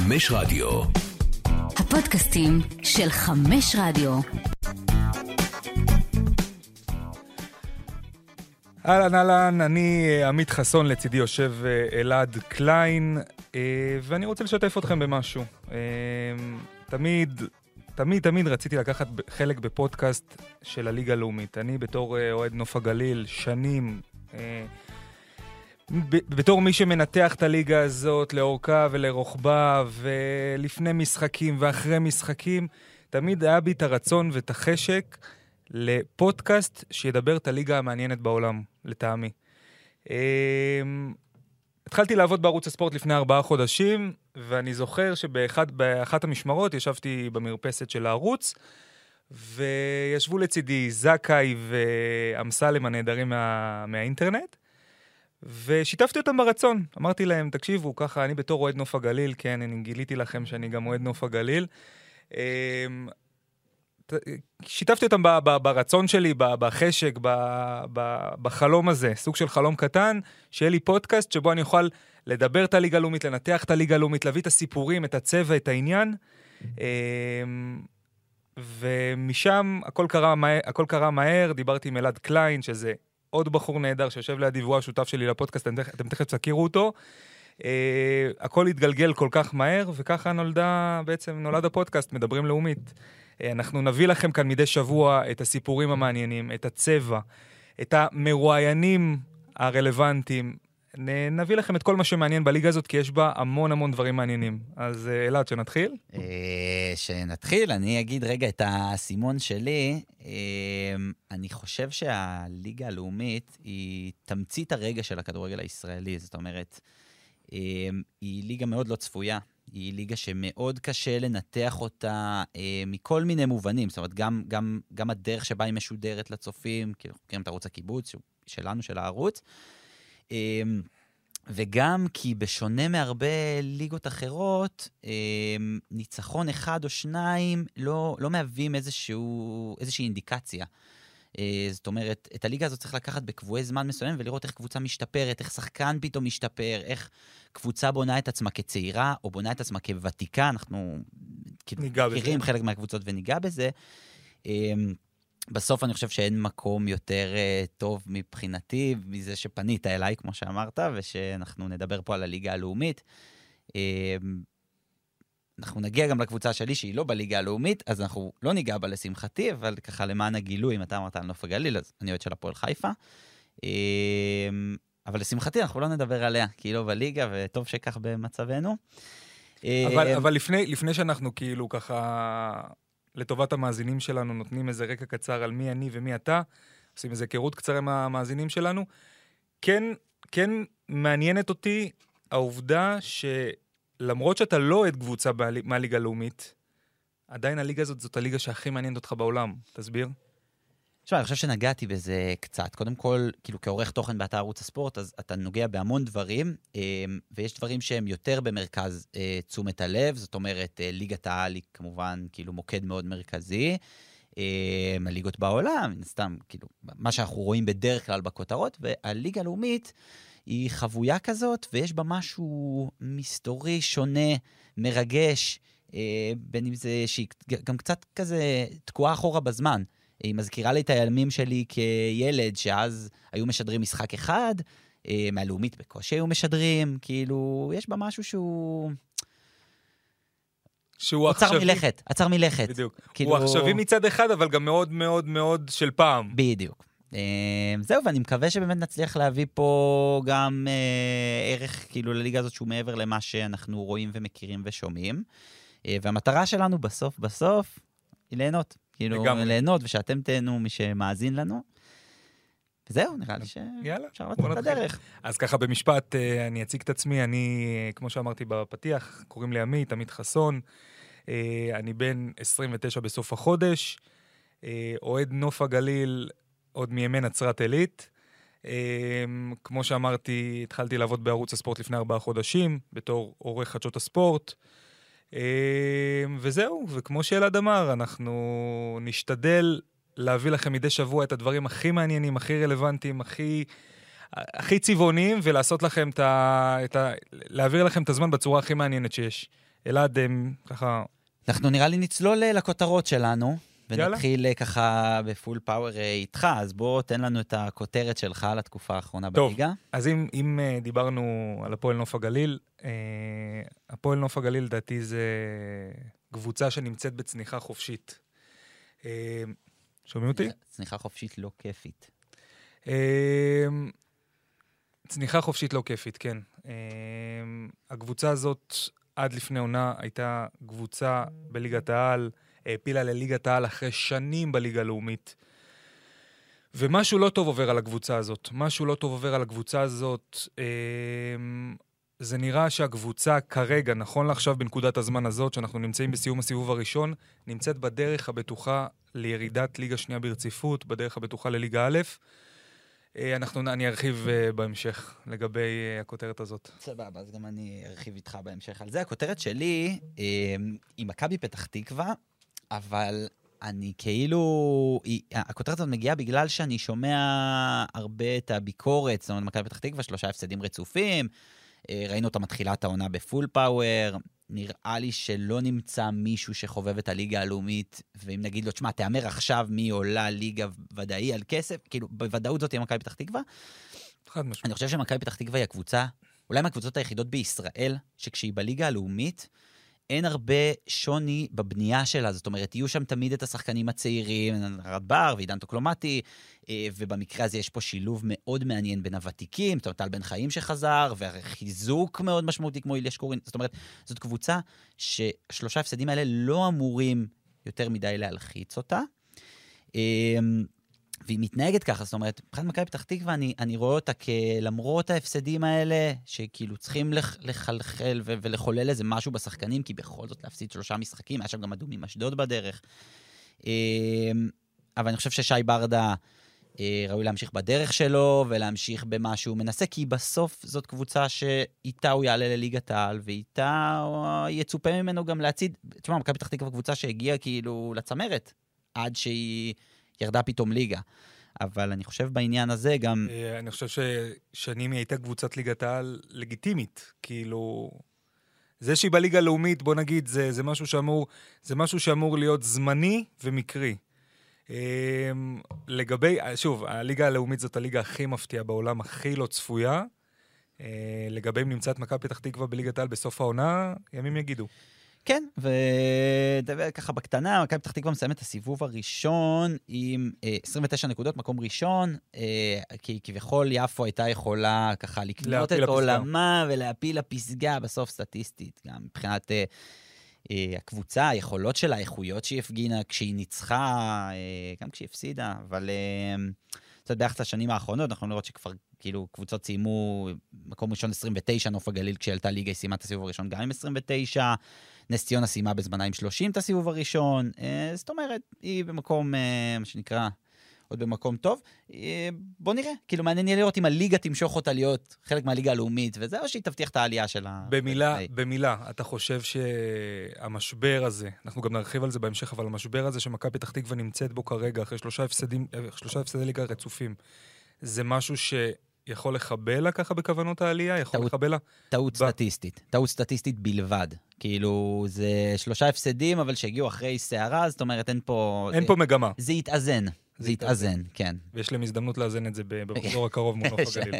חמש רדיו. הפודקאסטים של חמש רדיו. אהלן, אני עמית חסון, לצידי יושב אלעד קליין, ואני רוצה לשתף אתכם במשהו. תמיד רציתי לקחת חלק בפודקאסט של הליגה הלאומית. אני בתור אוהד נוף הגליל, שנים, בתור מי שמנתח את הליגה הזאת לאורכה ולרוחבה, ולפני משחקים ואחרי משחקים, תמיד היה בי את הרצון ואת החשק לפודקאסט שידבר את הליגה המעניינת בעולם, לטעמי. התחלתי לעבוד בערוץ הספורט לפני 4 חודשים, ואני זוכר שבאחת המשמרות ישבתי במרפסת של הערוץ, וישבו לצידי זכאי ואמסלם הנהדרים מהאינטרנט, ושיתפתי אותם ברצון. אמרתי להם, תקשיבו, ככה אני בתור אוהד נוף הגליל, כן, אני גיליתי לכם שאני גם אוהד נוף הגליל, שיתפתי אותם ברצון שלי, בחשק, בחלום הזה, סוג של חלום קטן, שיהיה לי פודקאסט שבו אני אוכל לדבר את הליגה הלאומית, לנתח את הליגה הלאומית, להביא את הסיפורים, את הצבע, את העניין, ומשם הכל קרה מהר. דיברתי עם אלעד קליין, שזה עוד בחור נהדר שיושב לידי, והוא השותף שלי לפודקאסט, אתם תכף תכירו אותו. הכל התגלגל כל כך מהר, וככה נולד הפודקאסט, מדברים לאומית. אנחנו נביא לכם כאן מדי שבוע את הסיפורים המעניינים, את הצבע, את המרואיינים הרלוונטיים. נביא לכם את כל מה שמעניין בליגה הזאת, כי יש בה המון דברים מעניינים. אז אלעד, שנתחיל? שנתחיל, אני אגיד רגע את הסימון שלי. אני חושב שהליגה הלאומית היא תמצית הרגע של הכדורגל הישראלי. זאת אומרת, היא ליגה מאוד לא צפויה. היא ליגה שמאוד קשה לנתח אותה מכל מיני מובנים. זאת אומרת, גם הדרך שבה היא משודרת לצופים, כאילו, מכירים את ערוץ הקיבוץ שלנו, של הערוץ, וגם כי בשונה מהרבה ליגות אחרות, ניצחון 1 או 2 לא מהווים איזושהי אינדיקציה. זאת אומרת, את הליגה הזאת צריך לקחת בקבועי זמן מסוים, ולראות איך קבוצה משתפרת, איך שחקן פתאום משתפר, איך קבוצה בונה את עצמה כצעירה, או בונה את עצמה כוותיקה. אנחנו מכירים חלק מהקבוצות וניגע בזה. בסוף אני חושב שאין מקום יותר טוב מבחינתי, מזה שפנית אליי, כמו שאמרת, ושאנחנו נדבר פה על הליגה הלאומית. אנחנו נגיע גם לקבוצה שלי, שהיא לא בליגה הלאומית, אז אנחנו לא ניגע בה לשמחתי, אבל ככה למען הגילוי, אם אתה אמרת על נוף הגליל, אז אני אוהד של הפועל חיפה. אבל לשמחתי אנחנו לא נדבר עליה, כי היא לא בליגה, וטוב שכך במצבנו. אבל לפני שאנחנו כאילו ככה, לטובת המאזינים שלנו, נותנים איזה רקע קצר על מי אני ומי אתה, עושים איזה היכרות קצרה עם המאזינים שלנו, כן מעניינת אותי העובדה למרות שאתה לא אוהד קבוצה מהליגה הלאומית, עדיין הליגה הזאת זאת הליגה שהכי מעניינת אותך בעולם. תסביר? תשמע, אני חושב שנגעתי בזה קצת. קודם כל, כאילו כעורך תוכן באתר ערוץ הספורט, אז אתה נוגע בהמון דברים, ויש דברים שהם יותר במרכז תשומת הלב. זאת אומרת, ליגת העל היא כמובן כאילו מוקד מאוד מרכזי. הליגות בעולם, סתם, כאילו, מה שאנחנו רואים בדרך כלל בכותרות, והליגה הלאומית היא חבויה כזאת, ויש בה משהו מסתורי, שונה, מרגש, בין אם זה שהיא גם קצת כזה תקועה אחורה בזמן. היא מזכירה לי את הימים שלי כילד, שאז היו משדרים משחק אחד, מהלאומית בקושי היו משדרים, כאילו, יש בה משהו שהוא עצר מלכת. בדיוק. כאילו... הוא עכשווי מצד אחד, אבל גם מאוד מאוד מאוד של פעם. בדיוק. זהו, ואני מקווה שבאמת נצליח להביא פה גם ערך כאילו לליגה הזאת שהוא מעבר למה שאנחנו רואים ומכירים ושומעים. והמטרה שלנו בסוף היא ליהנות. כאילו ליהנות, ושאתם תהנו מי שמאזין לנו. וזהו, נראה לי שאפשר לתת את הדרך. אז ככה במשפט, אני אציג את עצמי, אני, כמו שאמרתי בפתיח, קוראים לי עמית חסון, אני בן 29 בסוף החודש, אוהד נוף הגליל, עוד מימי נצרת עילית. כמו שאמרתי, התחלתי לעבוד בערוץ הספורט לפני 4 חודשים, בתור עורך חדשות הספורט. וזהו, וכמו שאלעד אמר, אנחנו נשתדל להביא לכם מדי שבוע את הדברים הכי מעניינים, הכי רלוונטיים, הכי צבעוניים, ולעשות לכם להעביר לכם את הזמן בצורה הכי מעניינת שיש. אלעד, ככה... אנחנו נראה לי נצלול לכותרות שלנו, יאללה. ונתחיל ככה בפול פאוור איתך, אז בוא תן לנו את הכותרת שלך לתקופה האחרונה בליגה. אז אם דיברנו על הפועל נוף הגליל, הפועל נוף הגליל, לדעתי, זה קבוצה שנמצאת בצניחה חופשית. שומעים אותי? צניחה חופשית לא כיפית. צניחה חופשית לא כיפית, כן. הקבוצה הזאת, עד לפני עונה, הייתה קבוצה בליגת העל, העפילה לליגת העל אחרי שנים בליגה הלאומית. ומשהו לא טוב עובר על הקבוצה הזאת. משהו לא טוב עובר על הקבוצה הזאת. זה נראה שהקבוצה כרגע, נכון לעכשיו בנקודת הזמן הזאת, שאנחנו נמצאים בסיום הסיבוב הראשון, נמצאת בדרך הבטוחה לירידת ליגה שנייה ברציפות, בדרך הבטוחה לליגה א'. אני ארחיב בהמשך לגבי הכותרת הזאת. סבבה, אז גם אני ארחיב איתך בהמשך על זה. הכותרת שלי היא מכבי פתח תקווה, אבל אני כאילו... הכותרת הזאת מגיעה בגלל שאני שומע הרבה את הביקורת, זאת אומרת, מכבי פתח תקווה, 3 הפסדים רצופים, ראינו אותה מתחילת העונה בפול פאוור, נראה לי שלא נמצא מישהו שחובב את הליגה הלאומית, ואם נגיד לו, תשמע, תאמר עכשיו מי עולה ליגה ודאי על כסף, כאילו, בוודאות זאת היא מכבי פתח תקווה. חד משמעית. אני חושב שמכבי פתח תקווה היא הקבוצה, אולי מהקבוצות היחידות בישראל, שכשהיא בליגה הלאומית, אין הרבה שוני בבנייה שלה, זאת אומרת, יהיו שם תמיד את השחקנים הצעירים, רד בר ועידן טוקלומטי, ובמקרה הזה יש פה שילוב מאוד מעניין בין הוותיקים, זאת אומרת, טל בן חיים שחזר, וחיזוק מאוד משמעותי כמו איליה שקורין, זאת אומרת, זאת קבוצה ששלושה הפסדים האלה לא אמורים יותר מדי להלחיץ אותה, והיא מתנהגת ככה, זאת אומרת, מבחינת מכבי פתח תקווה, אני רואה אותה למרות ההפסדים האלה, שכאילו צריכים לחלחל ולחולל איזה משהו בשחקנים, כי בכל זאת להפסיד 3 משחקים, היה שם גם אדומים אשדוד בדרך. אבל אני חושב ששי ברדה ראוי להמשיך בדרך שלו, ולהמשיך במה שהוא מנסה, כי בסוף זאת קבוצה שאיתה הוא יעלה לליגת העל, ואיתה יצופה ממנו גם להציד. תשמע, מכבי פתח תקווה קבוצה שהגיעה כאילו לצמרת, עד שהיא ירדה פתאום ליגה. אבל אני חושב בעניין הזה גם... אני חושב ששנים היא הייתה קבוצת ליגת העל לגיטימית. כאילו, זה שהיא בליגה הלאומית, בוא נגיד, זה משהו שאמור להיות זמני ומקרי. לגבי, שוב, הליגה הלאומית זאת הליגה הכי מפתיעה בעולם, הכי לא צפויה. לגבי אם נמצאת מכבי פתח תקווה בליגת העל בסוף העונה, ימים יגידו. כן, וככה בקטנה, מכבי פתח תקווה מסיים את הסיבוב הראשון עם 29 נקודות, מקום ראשון, כי כביכול יפו הייתה יכולה ככה לקנות את עולמה ולהפיל לפסגה בסוף סטטיסטית, גם מבחינת הקבוצה, היכולות שלה, האיכויות שהיא הפגינה כשהיא ניצחה, גם כשהיא הפסידה, אבל קצת ביחס לשנים האחרונות, אנחנו לראות שכבר כאילו קבוצות סיימו מקום ראשון 29, נוף הגליל כשעלתה ליגה היא סיימה את הסיבוב הראשון גם עם 29, נס ציונה סיימה בזמנה עם 30 את הסיבוב הראשון, זאת אומרת, היא במקום, מה שנקרא, עוד במקום טוב. בוא נראה, כאילו מעניין יהיה לראות אם הליגה תמשוך אותה להיות חלק מהליגה הלאומית, וזה או שהיא תבטיח את העלייה שלה. במילה, אתה חושב שהמשבר הזה, אנחנו גם נרחיב על זה בהמשך, אבל המשבר הזה שמכבי פתח תקווה נמצאת בו כרגע, אחרי 3 הפסדי ליגה רצופים, זה משהו שיכול לחבל לה ככה בכוונות העלייה? יכול לחבל לה? טעות סטטיסטית בלבד. כאילו, זה 3 הפסדים, אבל שהגיעו אחרי שערה, זאת אומרת, אין פה מגמה. זה יתאזן, כן. ויש להם הזדמנות לאזן את זה במחזור הקרוב מול נוף הגליל.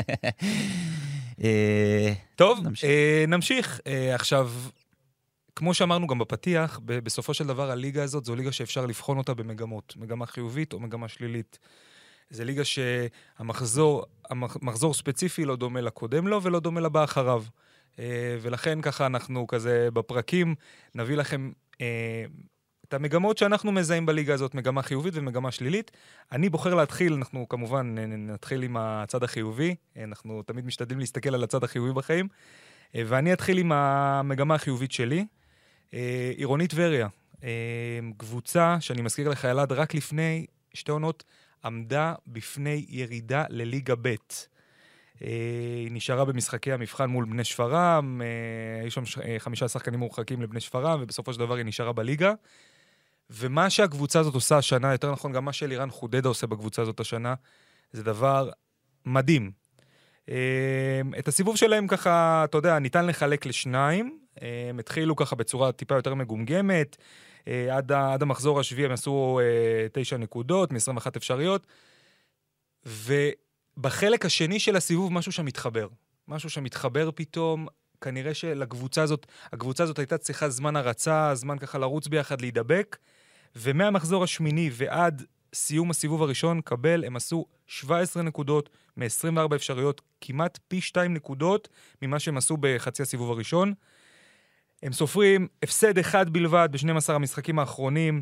טוב, נמשיך. עכשיו, כמו שאמרנו גם בפתיח, בסופו של דבר הליגה הזאת זו ליגה שאפשר לבחון אותה במגמות, מגמה חיובית או מגמה שלילית. זה ליגה שהמחזור ספציפי לא דומה לקודם לו ולא דומה לבא אחריו. ולכן ככה אנחנו כזה בפרקים נביא לכם את המגמות שאנחנו מזהים בליגה הזאת, מגמה חיובית ומגמה שלילית. אני בוחר להתחיל, אנחנו כמובן נתחיל עם הצד החיובי, אנחנו תמיד משתדלים להסתכל על הצד החיובי בחיים, ואני אתחיל עם המגמה החיובית שלי. עירונית טבריה, קבוצה שאני מזכיר לך אלעד, רק לפני 2 עונות עמדה בפני ירידה לליגה ב'. היא נשארה במשחקי המבחן מול בני שפרעם, היו שם 5 שחקנים מורחקים לבני שפרעם, ובסופו של דבר היא נשארה בליגה. ומה שהקבוצה הזאת עושה השנה, יותר נכון גם מה שאלירן חודדה עושה בקבוצה הזאת השנה, זה דבר מדהים. את הסיבוב שלהם ככה, אתה יודע, ניתן לחלק ל2, הם התחילו ככה בצורה טיפה יותר מגומגמת, עד המחזור השביעי הם עשו 9 נקודות, מ-21 אפשריות, ובחלק השני של הסיבוב משהו שם מתחבר פתאום, כנראה שלקבוצה הזאת, הקבוצה הזאת הייתה צריכה זמן הרצה, זמן ככה לרוץ ביחד, להידבק, ומהמחזור השמיני ועד סיום הסיבוב הראשון, קבל, הם עשו 17 נקודות מ-24 אפשריות, כמעט פי 2 נקודות ממה שהם עשו בחצי הסיבוב הראשון. הם סופרים הפסד אחד בלבד ב-12 המשחקים האחרונים.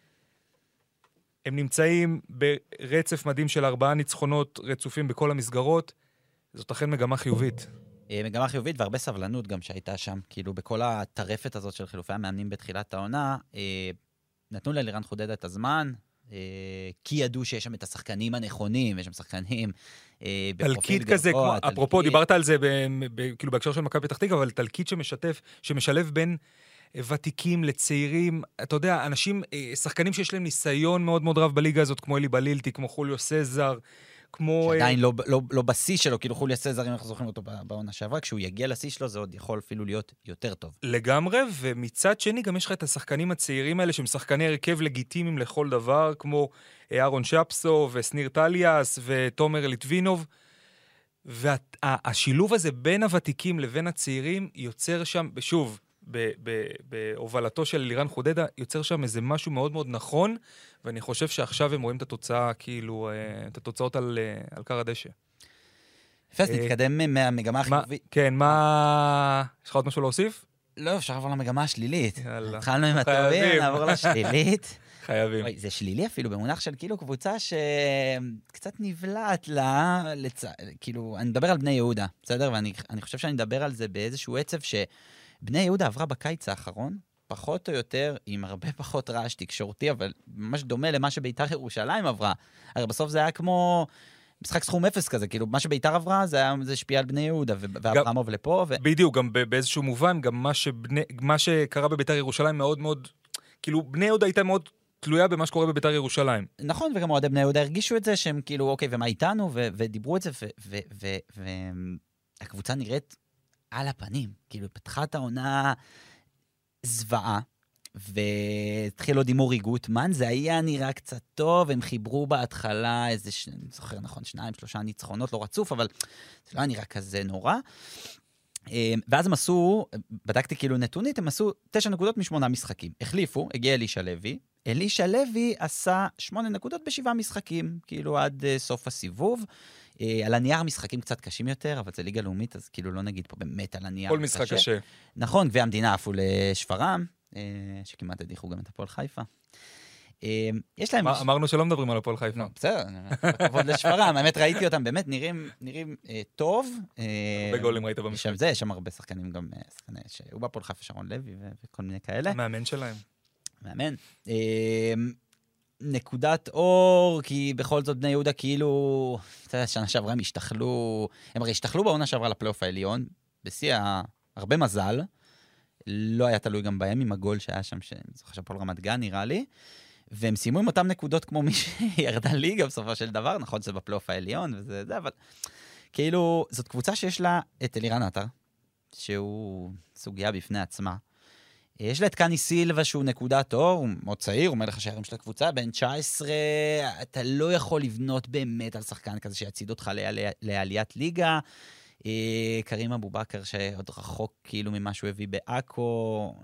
הם נמצאים ברצף מדהים של 4 ניצחונות רצופים בכל המסגרות. זאת אכן מגמה חיובית. מגמה חיובית והרבה סבלנות גם שהייתה שם. כאילו בכל הטרפת הזאת של חילופי המאמנים בתחילת העונה, נתנו לאלירן חודדה את הזמן, כי ידעו שיש שם את השחקנים הנכונים, יש שם שחקנים תלקיט כזה, אפרופו, דיברת על זה כאילו בהקשר של מכבי פתח תקווה, אבל תלקיט שמשלב בין ותיקים לצעירים, אתה יודע, אנשים, שחקנים שיש להם ניסיון מאוד מאוד רב בליגה הזאת, כמו אלי בלילטי, כמו חוליו סזר, כמו... שעדיין לא בשיא שלו, כאילו חוליו סזר, אם אנחנו זוכרים אותו בעונה שעברה, כשהוא יגיע לשיא שלו, זה עוד יכול אפילו להיות יותר טוב. לגמרי, ומצד שני גם יש לך את השחקנים הצעירים האלה, שהם שחקני הרכב לגיטימיים לכל דבר, כמו אהרון שפסו וסניר טליאס ותומר ליטבינוב, והשילוב הזה בין הוותיקים לבין הצעירים יוצר שם, שוב, בהובלתו של אלירן חודדה, יוצר שם איזה משהו מאוד מאוד נכון, ואני חושב שעכשיו הם רואים את התוצאה, כאילו, את התוצאות על קר הדשא. יפה, אז נתקדם מהמגמה החיובית. כן, יש לך עוד משהו להוסיף? לא, אפשר לעבור למגמה השלילית. יאללה. התחלנו עם הטובים, נעבור לשלילית. חייבים. זה שלילי אפילו, במונח של כאילו קבוצה שקצת נבלעת לה, כאילו, אני מדבר על בני יהודה, בסדר? ואני חושב שאני מדבר על זה באיזשהו עצב שבני יהודה עברה בקיץ האחרון, פחות או יותר, עם הרבה פחות רעש תקשורתי, אבל ממש דומה למה שביתר ירושלים עברה. הרי בסוף זה היה כמו משחק סכום אפס כזה, כאילו מה שביתר עברה, זה השפיע על בני יהודה, ואברמוב לפה. בדיוק, גם באיזשהו מובן, גם מה שקרה בביתר ירושלים מאוד מאוד, כאילו בני יהודה הייתה מאוד תלויה במה שקורה בביתר ירושלים. נכון, וגם אוהדי בני יהודה הרגישו את זה, שהם כאילו, אוקיי, ומה איתנו, ודיברו את זה, והקבוצה נראית על הפנים, כאילו פתחה את העונה זוועה, והתחיל עוד עם אורי גוטמן, זה היה נראה קצת טוב, הם חיברו בהתחלה איזה, אני זוכר נכון, 2-3 ניצחונות, לא רצוף, אבל זה לא היה נראה כזה נורא. ואז הם עשו, בדקתי כאילו נתונית, הם עשו 9 נקודות מ8 משחקים. החליפו, הגיע אלישע לוי, אלישע לוי עשה 8 נקודות ב7 משחקים, כאילו עד סוף הסיבוב. על הנייר משחקים קצת קשים יותר, אבל זה ליגה לאומית, אז כאילו לא נגיד פה באמת על הנייר כל משחק קשה. נכון, גביע המדינה עפו לשפרעם, שכמעט הדיחו גם את הפועל חיפה. יש להם... אמרנו שלא מדברים על הפועל חיפה. בסדר, בכבוד לשפרעם, האמת ראיתי אותם, באמת נראים טוב. הרבה גולים ראית במשחק. יש שם הרבה שחקנים גם, שהוא בפועל חיפה שרון לוי וכל מיני כאלה. מאמן שלהם. מאמן. נקודת אור, כי בכל זאת בני יהודה כאילו, אתה יודע, שנה שעברה הם השתחלו, הם הרי השתחלו בעונה שעברה לפלייאוף העליון, בשיא הרבה מזל, לא היה תלוי גם בהם עם הגול שהיה שם, זוכר שפועל רמת גן נראה לי, והם סיימו עם אותם נקודות כמו מי שירדה ליגה בסופו של דבר, נכון שזה בפלייאוף העליון וזה זה, אבל כאילו, זאת קבוצה שיש לה את אלירן עטר, שהוא סוגיה בפני עצמה, יש לה את קני סילבה שהוא נקודת אור, הוא מאוד צעיר, הוא מלך השערים של הקבוצה, בן 19, אתה לא יכול לבנות באמת על שחקן כזה שיציד אותך לעליית ליגה, קרים אבו בכר שעוד רחוק כאילו ממה שהוא הביא באקו,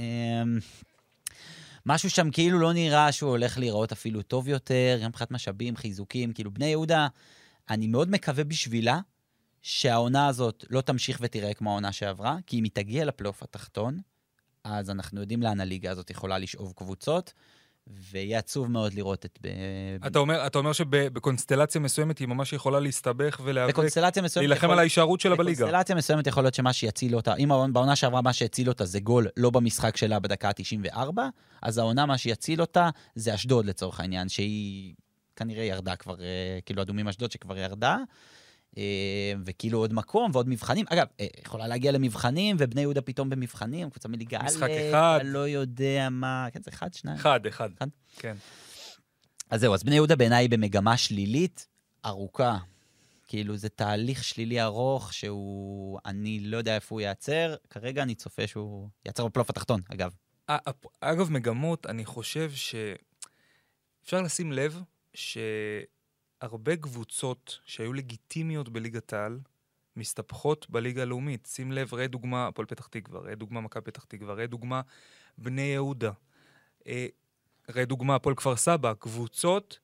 משהו שם כאילו לא נראה שהוא הולך להיראות אפילו טוב יותר, גם מבחינת משאבים, חיזוקים, כאילו בני יהודה, אני מאוד מקווה בשבילה, שהעונה הזאת לא תמשיך ותראה כמו העונה שעברה, כי אם היא תגיע לפלייאוף התחתון, אז אנחנו יודעים לאן הליגה הזאת יכולה לשאוב קבוצות, ויהיה עצוב מאוד לראות את... אתה אומר שבקונסטלציה מסוימת היא ממש יכולה להסתבך ולהיאבק, להילחם על ההישארות שלה בליגה. בקונסטלציה מסוימת יכול להיות שמה שיציל אותה, אם בעונה שעברה מה שיציל אותה זה גול לא במשחק שלה בדקה ה-94, אז העונה מה שיציל אותה זה אשדוד לצורך העניין, שהיא כנראה ירדה כבר, כאילו אדומים אשדוד שכבר ירדה, וכאילו עוד מקום ועוד מבחנים. אגב, יכולה להגיע למבחנים, ובני יהודה פתאום במבחנים, קבוצה מליגה א', משחק אחד. לא יודע מה, כן, זה 1, 2. 1. כן. אז זהו, אז בני יהודה בעיניי במגמה שלילית, ארוכה, כאילו, זה תהליך שלילי ארוך שהוא, אני לא יודע איפה הוא ייעצר, כרגע אני צופה שהוא ייעצר בפלייאוף התחתון, אגב. אגב, מגמות, אני חושב שאפשר לשים לב שהרבה קבוצות שהיו לגיטימיות בליגת העל, מסתפחות בליגה הלאומית. שים לב, ראה דוגמה הפועל פתח תקווה, ראה דוגמה מכבי פתח תקווה, ראה דוגמה בני יהודה, ראה דוגמה הפועל כפר סבא, קבוצות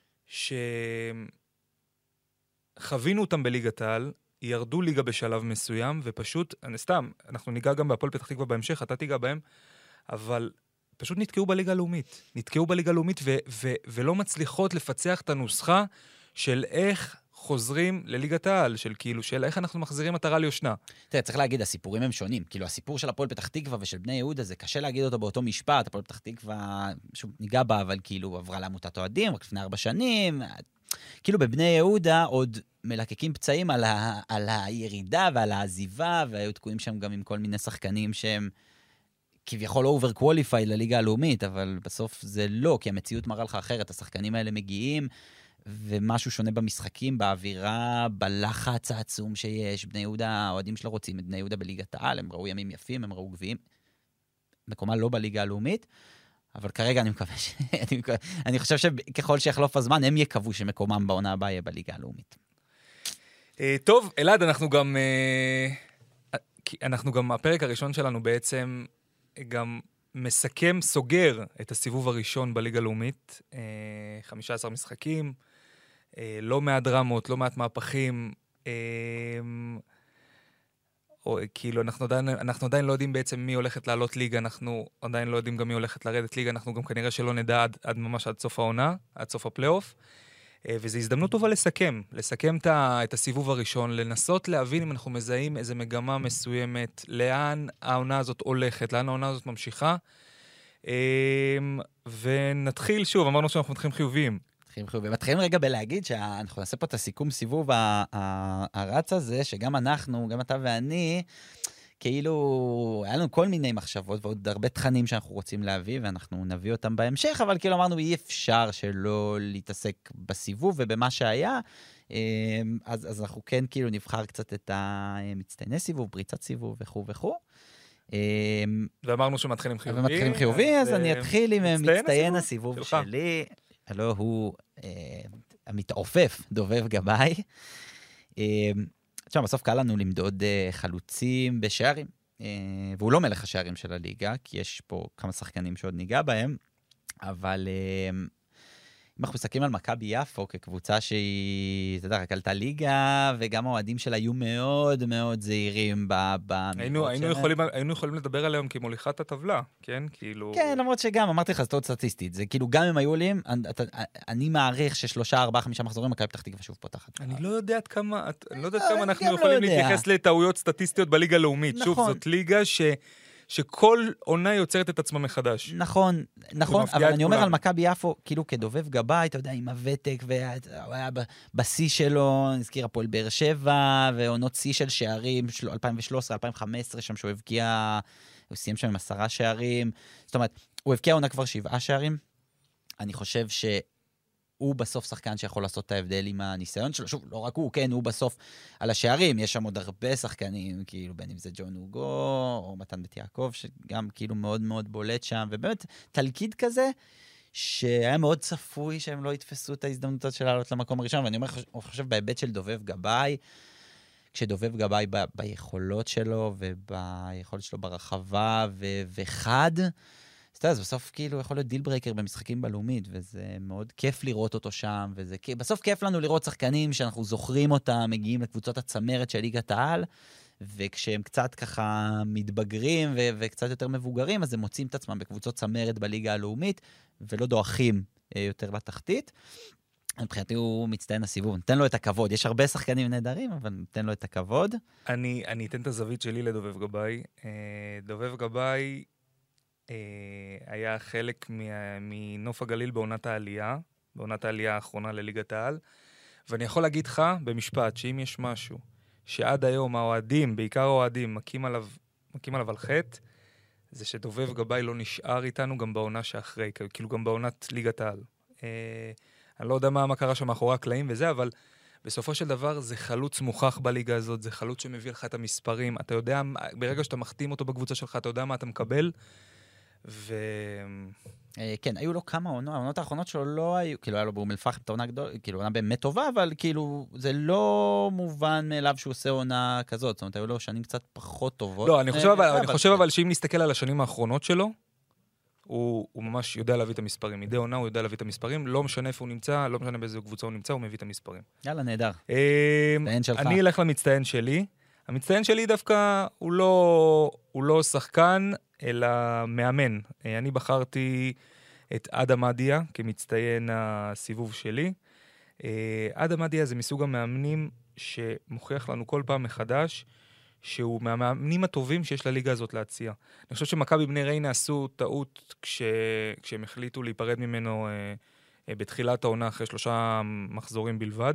שחווינו אותם בליגת העל, ירדו ליגה בשלב מסוים, ופשוט, סתם, אנחנו ניגע גם בהפועל פתח תקווה בהמשך, אתה תיגע בהם, אבל פשוט נתקעו בליגה הלאומית. נתקעו בליגה הלאומית ולא מצליחות לפצח את הנוסחה של איך חוזרים לליגת העל, של איך אנחנו מחזירים מטרה ליושנה. תראה, צריך להגיד, הסיפורים הם שונים. כאילו, הסיפור של הפועל פתח תקווה ושל בני יהודה, זה קשה להגיד אותו באותו משפט. הפועל פתח תקווה, שוב, ניגע בה, אבל כאילו עברה לעמותת אוהדים, רק לפני 4 שנים. כאילו, בבני יהודה עוד מלקקים פצעים על הירידה ועל העזיבה, והיו תקועים שם גם עם כל מיני שחקנים שהם כביכול over-qualified לליגה הלאומית, אבל בסוף זה לא, כי המציאות מראה לך אחרת. השחקנים האלה מגיעים, ומשהו שונה במשחקים, באווירה, בלחץ העצום שיש. בני יהודה, האוהדים שלו רוצים את בני יהודה בליגת העל, הם ראו ימים יפים, הם ראו גביעים. מקומה לא בליגה הלאומית, אבל כרגע אני מקווה אני חושב שככל שיחלוף הזמן, הם יקוו שמקומם בעונה הבאה יהיה בליגה הלאומית. טוב, אלעד, אנחנו גם, הפרק הראשון שלנו בעצם גם מסכם, סוגר את הסיבוב הראשון בליגה הלאומית, 15 משחקים, לא מעט דרמות, לא מעט מהפכים, כאילו אנחנו עדיין לא יודעים בעצם מי הולכת לעלות ליגה, אנחנו עדיין לא יודעים גם מי הולכת לרדת ליגה, אנחנו גם כנראה שלא נדע עד ממש עד סוף העונה, עד סוף הפלייאוף, וזו הזדמנות טובה לסכם את הסיבוב הראשון, לנסות להבין אם אנחנו מזהים איזו מגמה מסוימת, לאן העונה הזאת הולכת, לאן העונה הזאת ממשיכה, ונתחיל שוב, אמרנו שאנחנו מתחילים חיוביים. מתחילים רגע בלהגיד שאנחנו נעשה פה את הסיכום סיבוב הרץ הזה, שגם אנחנו, גם אתה ואני, כאילו, היה לנו כל מיני מחשבות ועוד הרבה תכנים שאנחנו רוצים להביא, ואנחנו נביא אותם בהמשך, אבל כאילו אמרנו, אי אפשר שלא להתעסק בסיבוב ובמה שהיה, אז אנחנו כן כאילו נבחר קצת את המצטייני סיבוב, פריצת סיבוב וכו' וכו'. ואמרנו שמתחילים חיובי. ומתחילים חיובי, אז אני אתחיל עם מצטיין הסיבוב שלי. הלא הוא המתעופף, דובב גבאי. עכשיו, בסוף קל לנו למדוד חלוצים בשערים, והוא לא מלך השערים של הליגה, כי יש פה כמה שחקנים שעוד ניגע בהם, אבל אם אנחנו מסתכלים על מכבי יפו כקבוצה שהיא, אתה יודע, רק עלתה ליגה, וגם האוהדים שלה היו מאוד מאוד זהירים היינו יכולים לדבר עליהם כמוליכת הטבלה, כן? כאילו... כן, למרות שגם, אמרתי לך, זאת עוד סטטיסטית, זה כאילו גם אם היו עולים, אני מעריך ש3, 4, 5 מחזורים, מכבי פתח תקווה שוב פותחת. אני לא יודע עד כמה אנחנו יכולים להתייחס לטעויות סטטיסטיות בליגה הלאומית. שוב, זאת ליגה שכל עונה יוצרת את עצמה מחדש. נכון, אבל אני אומר על מכבי יפו, כאילו כדובב גבאי, אתה יודע, עם הוותק, והוא היה בשיא שלו, נזכיר הפועל באר שבע, ועונות שיא של שערים, 2013, 2015, שם שהוא הבקיע, הוא סיים שם עם 10 שערים, זאת אומרת, הוא הבקיע עונה כבר 7 שערים, אני חושב הוא בסוף שחקן שיכול לעשות את ההבדל עם הניסיון שלו, שוב, לא רק הוא, כן, הוא בסוף על השערים, יש שם עוד הרבה שחקנים, כאילו בין אם זה ג'ון אוגו, או מתן בית יעקב, שגם כאילו מאוד מאוד בולט שם, ובאמת תלכיד כזה, שהיה מאוד צפוי שהם לא יתפסו את ההזדמנויות של לעלות למקום הראשון, ואני אומר, אני חושב בהיבט של דובב גבאי, כשדובב גבאי ביכולות שלו, וביכולת שלו ברחבה, וחד, אז בסוף כאילו יכול להיות דיל ברייקר במשחקים בלאומית, וזה מאוד כיף לראות אותו שם, בסוף כיף לנו לראות שחקנים שאנחנו זוכרים אותם, מגיעים לקבוצות הצמרת של ליגת העל, וכשהם קצת ככה מתבגרים וקצת יותר מבוגרים, אז הם מוצאים את עצמם בקבוצות צמרת בליגה הלאומית, ולא דואחים יותר לתחתית. מבחינתי הוא מצטיין הסיבוב, נתן לו את הכבוד. יש הרבה שחקנים נהדרים, אבל נתן לו את הכבוד. אני אתן את הזווית שלי לדובב גבאי. דובב גבאי היה חלק מנוף הגליל בעונת העלייה האחרונה לליגת העל, ואני יכול להגיד לך במשפט שאם יש משהו שעד היום האוהדים, בעיקר האוהדים, מקים עליו על חטא, זה שדובב גבאי לא נשאר איתנו גם בעונה שאחרי, כאילו גם בעונת ליגת העל. אני לא יודע מה קרה שם מאחורי הקלעים וזה, אבל בסופו של דבר זה חלוץ מוכח בליגה הזאת, זה חלוץ שמביא לך את המספרים, אתה יודע, ברגע שאתה מחתים אותו בקבוצה שלך, אתה יודע מה אתה מקבל, כן, היו לו כמה עונות, העונות האחרונות שלו לא היו, כאילו היה לו באום אל-פחם את העונה גדולה, כאילו עונה באמת טובה, אבל כאילו זה לא מובן מאליו שהוא עושה עונה כזאת, זאת אומרת, היו לו שנים קצת פחות טובות. לא, אני חושב אבל שאם נסתכל על השנים האחרונות שלו, הוא ממש יודע להביא את המספרים. מדי עונה הוא יודע להביא את המספרים, לא משנה איפה הוא נמצא, לא משנה באיזו קבוצה הוא נמצא, הוא מביא את המספרים. יאללה, נהדר. אני אלך למצטיין שלי. המצטיין שלי דווקא הוא לא שחקן, אלא מאמן. אני בחרתי את אדם אדיה כמצטיין הסיבוב שלי. אדם אדיה זה מסוג המאמנים שמוכיח לנו כל פעם מחדש, שהוא מהמאמנים הטובים שיש לליגה הזאת להציע. אני חושב שמכבי בני ריינה עשו טעות כשהם החליטו להיפרד ממנו בתחילת העונה אחרי 3 מחזורים בלבד.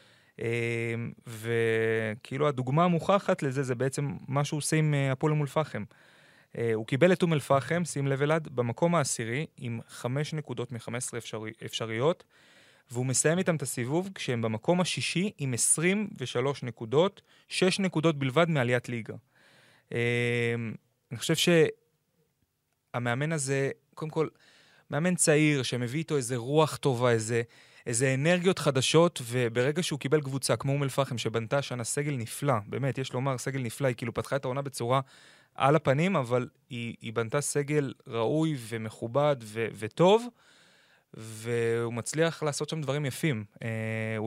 וכאילו הדוגמה המוכחת לזה זה בעצם מה שהוא עושה עם הפועל אום אל-פחם. הוא קיבל את אום אל-פחם, שים לב אלעד, במקום העשירי עם 5 נקודות מ-15 אפשריות, והוא מסיים איתם את הסיבוב כשהם במקום השישי עם 23 נקודות, 6 נקודות בלבד מעליית ליגה. אני חושב שהמאמן הזה, קודם כל, מאמן צעיר שמביא איתו איזה רוח טובה, איזה אנרגיות חדשות, וברגע שהוא קיבל קבוצה כמו אום אל-פחם שבנתה שנה סגל נפלא, באמת, יש לומר, סגל נפלא, היא כאילו פתחה את העונה בצורה על הפנים, אבל היא בנתה סגל ראוי ומכובד וטוב, והוא מצליח לעשות שם דברים יפים. הוא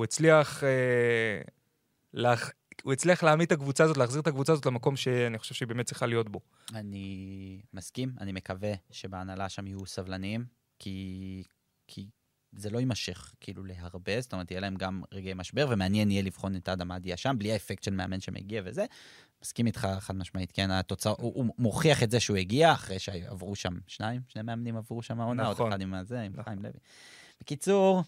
הצליח להעמיד את הקבוצה הזאת, להחזיר את הקבוצה הזאת למקום שאני חושב שהיא באמת צריכה להיות בו. אני מסכים, אני מקווה שבהנהלה שם יהיו סבלניים, כי זה לא יימשך כאילו להרבה, זאת אומרת, יהיה להם גם רגעי משבר, ומעניין יהיה לבחון את אדם אדיה שם, בלי האפקט של מאמן שמגיע וזה. מסכים איתך חד משמעית, כן, התוצאה, הוא מוכיח את זה שהוא הגיע, אחרי שעברו שם שני מאמנים עברו שם העונה, עוד אחד עם הזה, עם חיים לוי. בקיצור...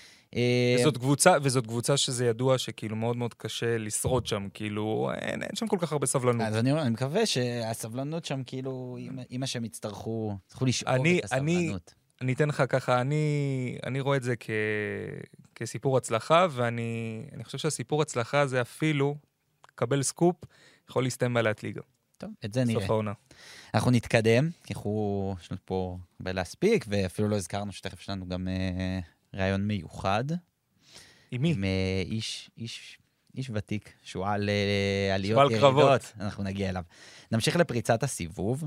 וזאת קבוצה שזה ידוע שכאילו מאוד מאוד קשה לשרוד שם, כאילו אין שם כל כך הרבה סבלנות. אז אני מקווה שהסבלנות שם כאילו, אם שהם יצטרכו לשאוב את הסבלנות. אני אתן לך ככה, אני רואה את זה כסיפור הצלחה, ואני חושב שהסיפור הצלחה זה אפילו, קבל סקופ, יכול להסתיים בעליית ליגה. טוב, את זה נראה. סוף העונה. אנחנו נתקדם, כי יש לנו פה הרבה להספיק, ואפילו לא הזכרנו שתכף יש לנו גם רעיון מיוחד. עם מי? עם איש ותיק, שהוא על עליות ירידות. אנחנו נגיע אליו. נמשיך לפריצת הסיבוב.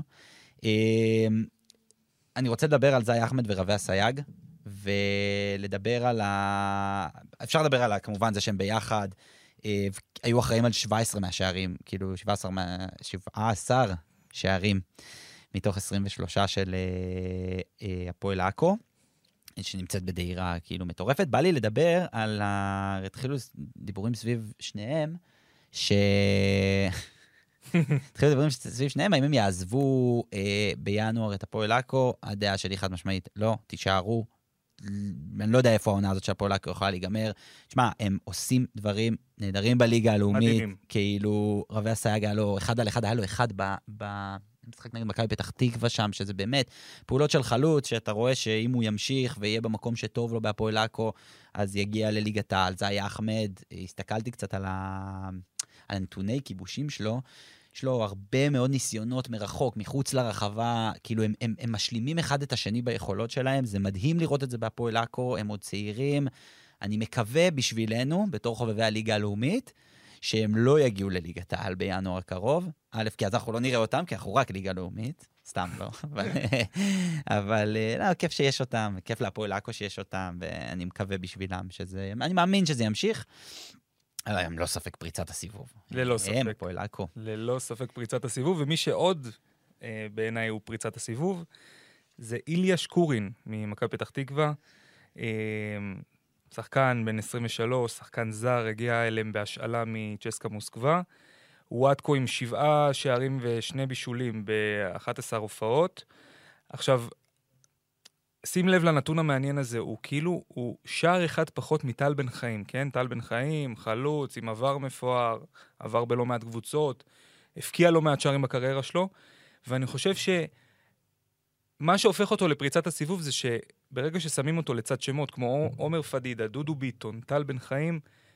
אני רוצה לדבר על זי אחמד ורבי הסייג, ולדבר על אפשר לדבר על כמובן זה שהם ביחד, היו אחראים על 17 מהשערים, כאילו 17 שערים מתוך 23 של הפועל עכו, שנמצאת בדהירה כאילו מטורפת. בא לי לדבר על התחילו דיבורים סביב שניהם, התחילו לדברים סביב שניהם, האם הם יעזבו בינואר את הפועל עכו, הדעה שלי חד משמעית, לא, תישארו, אני לא יודע איפה העונה הזאת של הפועל עכו יכולה להיגמר. תשמע, הם עושים דברים נהדרים בליגה הלאומית, מדהימים. כאילו רבי הסייג היה לו 1 על 1, היה לו 1 במשחק נגד מכבי פתח תקווה שם, שזה באמת פעולות של חלוץ, שאתה רואה שאם הוא ימשיך ויהיה במקום שטוב לו בהפועל עכו, אז יגיע לליגת העל. זי אחמד, הסתכלתי קצת על הנתוני כיבושים שלו, יש לו הרבה מאוד ניסיונות מרחוק, מחוץ לרחבה, כאילו הם משלימים אחד את השני ביכולות שלהם, זה מדהים לראות את זה בהפועל עכו, הם עוד צעירים, אני מקווה בשבילנו, בתור חובבי הליגה הלאומית, שהם לא יגיעו לליגת העל בינואר הקרוב, א', כי אז אנחנו לא נראה אותם, כי אנחנו רק ליגה לאומית, סתם לא, אבל לא, כיף שיש אותם, כיף להפועל עכו שיש אותם, ואני מקווה בשבילם שזה, אני מאמין שזה ימשיך, הם לא ספק פריצת הסיבוב. ללא ספק. הם הפועל עכו. ללא ספק פריצת הסיבוב, ומי שעוד בעיניי הוא פריצת הסיבוב, זה איליה שקורין ממכבי פתח תקווה, שחקן בן 23, שחקן זר, הגיע אליהם בהשאלה מצ'סקה מוסקבה, הוא עד כה עם 7 שערים ו2 בישולים ב-11 הופעות. עכשיו, שים לב לנתון המעניין הזה, הוא כאילו, הוא שער אחד פחות מטל בן חיים, כן? טל בן חיים, חלוץ, עם עבר מפואר, עבר בלא מעט קבוצות, הפקיע לא מעט שערים בקריירה שלו, ואני חושב שמה שהופך אותו לפריצת הסיבוב זה שברגע ששמים אותו לצד שמות, כמו עומר פדידה, דודו ביטון, טל בן חיים,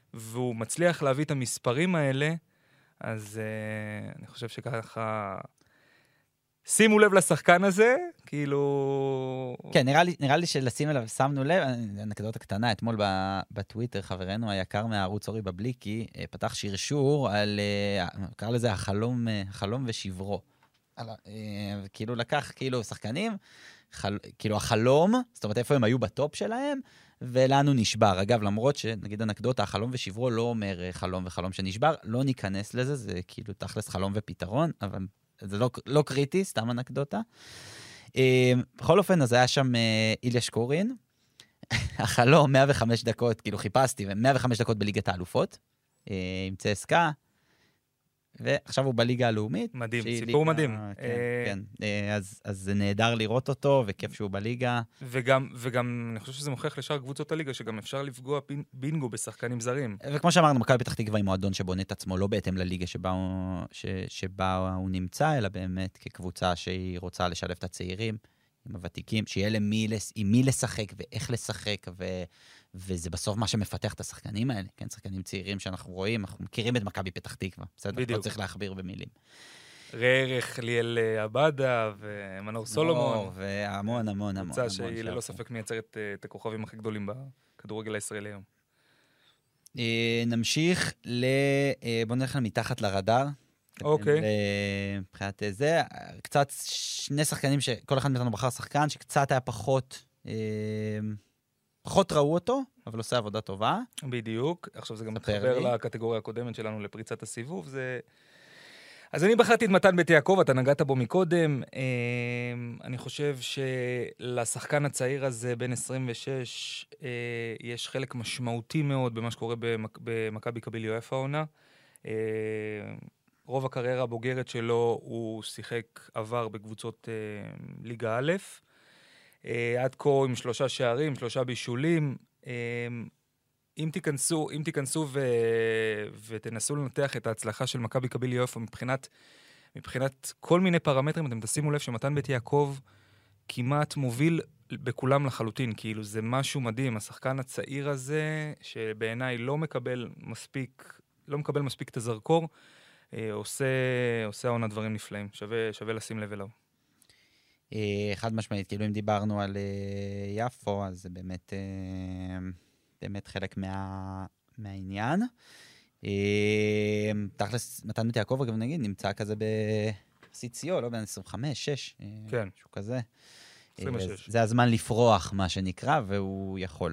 והוא מצליח להביא את המספרים האלה, אז אני חושב שככה... שימו לב לשחקן הזה, כאילו... כן, נראה לי שלשים אליו, שמנו לב, אנקדוטה קטנה, אתמול בטוויטר, חברנו היקר מהערוץ אורי בבליקי, פתח שרשור על, קרא לזה החלום ושברו. כאילו לקח, כאילו שחקנים, כאילו החלום, זאת אומרת איפה הם היו בטופ שלהם, ולנו נשבר. אגב, למרות שנגיד אנקדוטה, החלום ושברו לא אומר חלום וחלום שנשבר, לא ניכנס לזה, זה כאילו תכלס חלום ופתרון, אבל זה לא קריטי, סתם אנקדוטה. בכל אופן, אז היה שם איליה שקורין, החלום 105 דקות, כאילו חיפשתי, 105 דקות בליגת האלופות, עם צסקה, ועכשיו הוא בליגה הלאומית. מדהים, סיפור מדהים. כן, אז זה נהדר לראות אותו, וכיף שהוא בליגה. וגם אני חושב שזה מוכיח לשאר קבוצות הליגה, שגם אפשר לפגוע בינגו בשחקנים זרים. וכמו שאמרנו, מכבי פתח תקווה היא מועדון שבונה את עצמו, לא בהתאם לליגה שבה הוא נמצא, אלא באמת כקבוצה שהיא רוצה לשלב את הצעירים, עם הוותיקים, שיהיה להם עם מי לשחק ואיך לשחק, וזה בסוף מה שמפתח את השחקנים האלה, כן? שחקנים צעירים שאנחנו רואים, אנחנו מכירים את מכבי פתח תקווה, בסדר? בדיוק. לא צריך להכביר במילים. רערך, ליאל עבדה ומנור סולומון. והמון, המון, המון. קבוצה שהיא ללא ספק מייצרת את הכוכבים הכי גדולים בכדורגל הישראלי היום. נמשיך בוא נלך מתחת לרדאר. אוקיי. מבחינת זה, קצת שני שחקנים שכל אחד מאיתנו בחר שחקן, שקצת היה פחות ראו אותו, אבל עושה עבודה טובה. בדיוק. עכשיו זה גם מתחבר לקטגוריה הקודמת שלנו לפריצת הסיבוב. אז אני בחרתי את מתן בית יעקב, אתה נגעת בו מקודם. אני חושב שלשחקן הצעיר הזה, בן 26, יש חלק משמעותי מאוד במה שקורה במכבי קביל יואף העונה. רוב הקריירה הבוגרת שלו הוא שיחק עבר בקבוצות ליגה א', עד כה עם 3 שערים, 3 בישולים. אם תיכנסו ותנסו לנתח את ההצלחה של מכבי קביל יפו מבחינת כל מיני פרמטרים, אתם תשימו לב שמתן בית יעקב כמעט מוביל בכולם לחלוטין, כאילו זה משהו מדהים, השחקן הצעיר הזה, שבעיניי לא מקבל מספיק את הזרקור, עושה העונה דברים נפלאים, שווה לשים לב אליו. חד משמעית, כאילו אם דיברנו על יפו, אז זה באמת חלק מהעניין. תכלס, מתן בית יעקב, אגב נגיד, נמצא כזה בסיציו, לא בין 25, 6, כן. משהו כזה. 26. זה הזמן לפרוח, מה שנקרא, והוא יכול.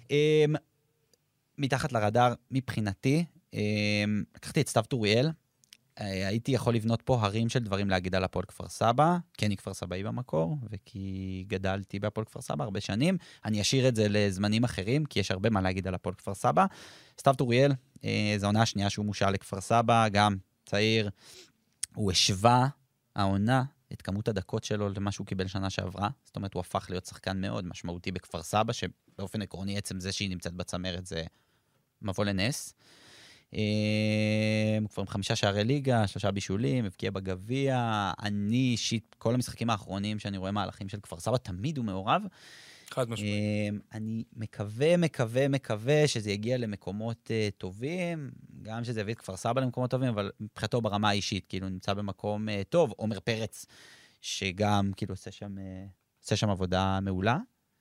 מתחת לרדאר, מבחינתי, לקחתי את סתיו טוריאל, הייתי יכול לבנות פה הרים של דברים להגיד על הפועל כפר סבא, כי אני כפר סבאי במקור, וכי גדלתי בהפועל כפר סבא הרבה שנים. אני אשאיר את זה לזמנים אחרים, כי יש הרבה מה להגיד על הפועל כפר סבא. סתיו טוריאל, זו העונה השנייה שהוא מושל לכפר סבא, גם צעיר. הוא השווה העונה את כמות הדקות שלו למה שהוא קיבל שנה שעברה. זאת אומרת, הוא הפך להיות שחקן מאוד משמעותי בכפר סבא, שבאופן עקרוני עצם זה שהיא נמצאת בצמרת זה מבוא לנס. כבר עם 5 שערי ליגה, 3 בישולים, הבקיע בגביע. אני אישית, כל המשחקים האחרונים שאני רואה מהלכים של כפר סבא, תמיד הוא מעורב. חד משמעית. אני מקווה שזה יגיע למקומות טובים, גם שזה יביא את כפר סבא למקומות טובים, אבל מבחינתו ברמה האישית, כאילו נמצא במקום טוב. עומר פרץ, שגם כאילו עושה שם עבודה מעולה.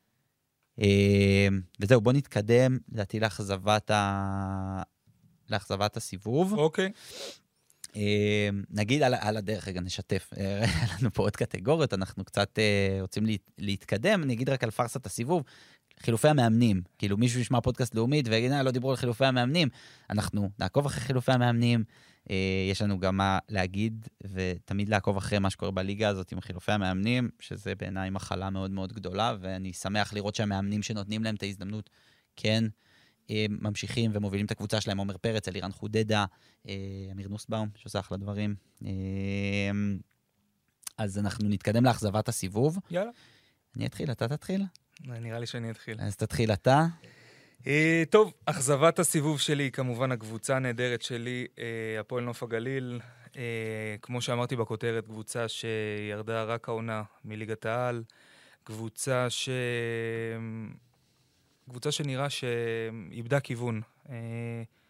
וזהו, בוא נתקדם, לדעתי לאכזבת הסיבוב. אוקיי. נגיד על הדרך, רגע נשתף, לנו פה עוד קטגוריות, אנחנו קצת רוצים להתקדם, אני אגיד רק על פרסת הסיבוב, חילופי המאמנים, כאילו מישהו ישמע פודקאסט לאומית ויגיד, לא דיברו על חילופי המאמנים, אנחנו נעקוב אחרי חילופי המאמנים, יש לנו גם מה להגיד, ותמיד לעקוב אחרי מה שקורה בליגה הזאת עם חילופי המאמנים, שזה בעיניי מחלה מאוד מאוד גדולה, ואני שמח לראות שהמאמנים שנותנים להם את ההזדמנות, כן, ממשיכים ומובילים את הקבוצה שלהם, עומר פרץ, אלירן חודדה, אמיר נוסבאום, שעושה אחלה דברים. אז אנחנו נתקדם לאכזבת הסיבוב. יאללה. אני אתחיל, אתה תתחיל? נראה לי שאני אתחיל. אז תתחיל אתה. טוב, אכזבת הסיבוב שלי היא כמובן הקבוצה הנהדרת שלי, הפועל נוף הגליל. כמו שאמרתי בכותרת, קבוצה שירדה רק העונה מליגת העל, קבוצה שנראה שאיבדה כיוון.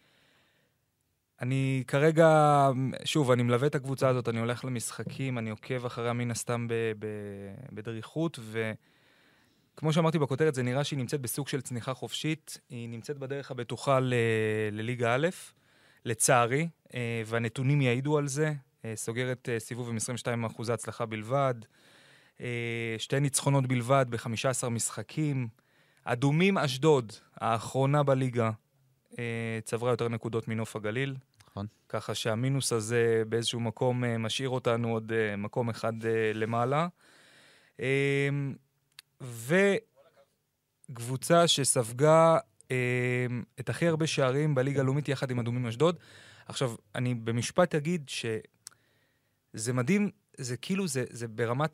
אני כרגע, שוב, אני מלווה את הקבוצה הזאת, אני הולך למשחקים, אני עוקב אחריה מן הסתם בדריכות, וכמו שאמרתי בכותרת, זה נראה שהיא נמצאת בסוג של צניחה חופשית, היא נמצאת בדרך הבטוחה לליגה א', לצערי, והנתונים יעידו על זה, סוגרת סיבוב עם 22% הצלחה בלבד, 2 ניצחונות בלבד ב-15 משחקים, אדומים אשדוד, האחרונה בליגה, צברה יותר נקודות מנוף הגליל. נכון. ככה שהמינוס הזה באיזשהו מקום משאיר אותנו עוד מקום אחד למעלה. וקבוצה שספגה את הכי הרבה שערים בליגה הלאומית יחד עם אדומים אשדוד. עכשיו, אני במשפט אגיד שזה מדהים, זה כאילו, זה ברמת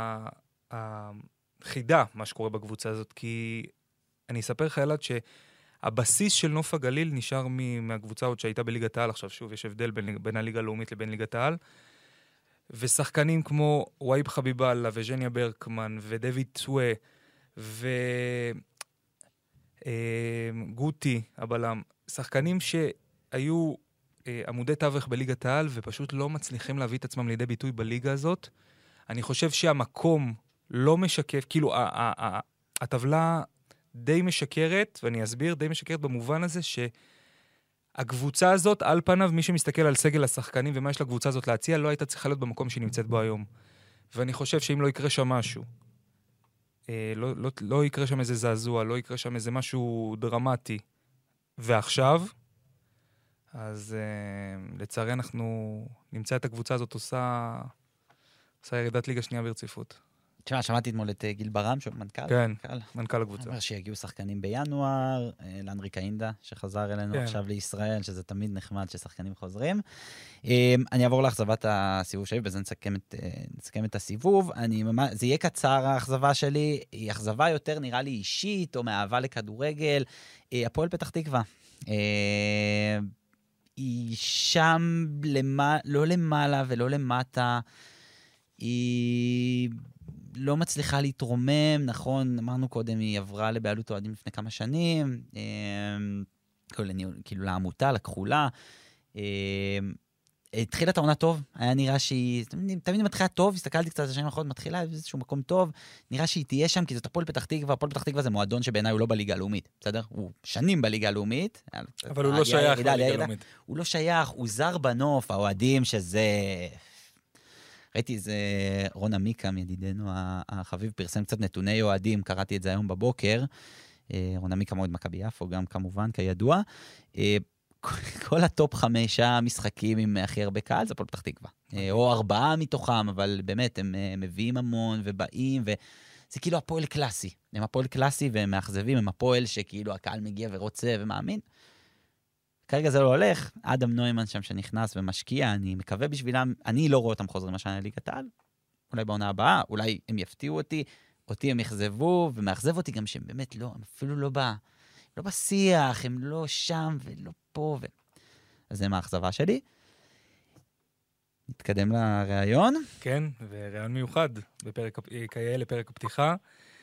החידה, מה שקורה בקבוצה הזאת, כי אני אספר לך אלעד הבסיס של נוף הגליל נשאר מהקבוצה עוד שהייתה בליגת העל, עכשיו שוב יש הבדל בין הליגה הלאומית לבין ליגת העל, ושחקנים כמו וואיב חביבאללה וז'ניה ברקמן ודויד צווה וגוטי הבלם, שחקנים שהיו עמודי תווך בליגת העל ופשוט לא מצליחים להביא את עצמם לידי ביטוי בליגה הזאת. אני חושב שהמקום לא משקף, כאילו הטבלה די משקרת, ואני אסביר, די משקרת במובן הזה שהקבוצה הזאת, על פניו, מי שמסתכל על סגל השחקנים ומה יש לקבוצה הזאת להציע, לא הייתה צריכה להיות במקום שהיא נמצאת בו היום. ואני חושב שאם לא יקרה שם משהו, לא יקרה שם איזה זעזוע, לא יקרה שם איזה משהו דרמטי, ועכשיו, אז לצערי אנחנו נמצא את הקבוצה הזאת עושה ירידת ליגה שנייה ברציפות. תשמע, שמעתי אתמול את גיל ברם, שהוא מנכ"ל. כן, מנכ"ל הקבוצה. אומר שיגיעו שחקנים בינואר, לאנרי קאינדה, שחזר אלינו עכשיו לישראל, שזה תמיד נחמד ששחקנים חוזרים. אני אעבור לאכזבת הסיבוב שלי, וזה נסכם את הסיבוב. זה יהיה קצר האכזבה שלי, היא אכזבה יותר נראה לי אישית, או מאהבה לכדורגל. הפועל פתח תקווה. היא שם לא למעלה ולא למטה, היא לא מצליחה להתרומם, נכון, אמרנו קודם, היא עברה לבעלות אוהדים לפני כמה שנים, כאילו לעמותה, לכחולה, התחילה את העונה טוב, היה נראה שהיא, תמיד מתחילה טוב, הסתכלתי קצת השנים האחרונות, מתחילה באיזשהו מקום טוב, נראה שהיא תהיה שם, כי זאת הפועל פתח תקווה, הפועל פתח תקווה זה מועדון שבעיניי הוא לא בליגה הלאומית, בסדר? הוא שנים בליגה הלאומית. אבל הוא לא שייך בליגה הלאומית. הוא לא שייך, הוא זר בנוף, האוהדים שזה... ראיתי איזה רון עמיקם, ידידנו החביב, פרסם קצת נתוני אוהדים, קראתי את זה היום בבוקר, רון עמיקם אוהד מכבי יפו, גם כמובן, כידוע, כל הטופ 5 משחקים עם הכי הרבה קהל, זה הפועל פתח תקווה. או 4 מתוכם, אבל באמת, הם מביאים המון ובאים, וזה כאילו הפועל קלאסי. הם הפועל קלאסי והם מאכזבים, הם הפועל שכאילו הקהל מגיע ורוצה ומאמין. כרגע זה לא הולך, אדם נוימן שם שנכנס ומשקיע, אני מקווה בשבילם, אני לא רואה אותם חוזרים השנה לליגת העל, אולי בעונה הבאה, אולי הם יפתיעו אותי הם יחזבו, ומאכזב אותי גם שהם באמת לא, הם אפילו לא בשיח, הם לא שם ולא פה, אז זה מהאכזבה שלי. נתקדם לראיון. כן, וראיון מיוחד, כיאה לפרק הפתיחה.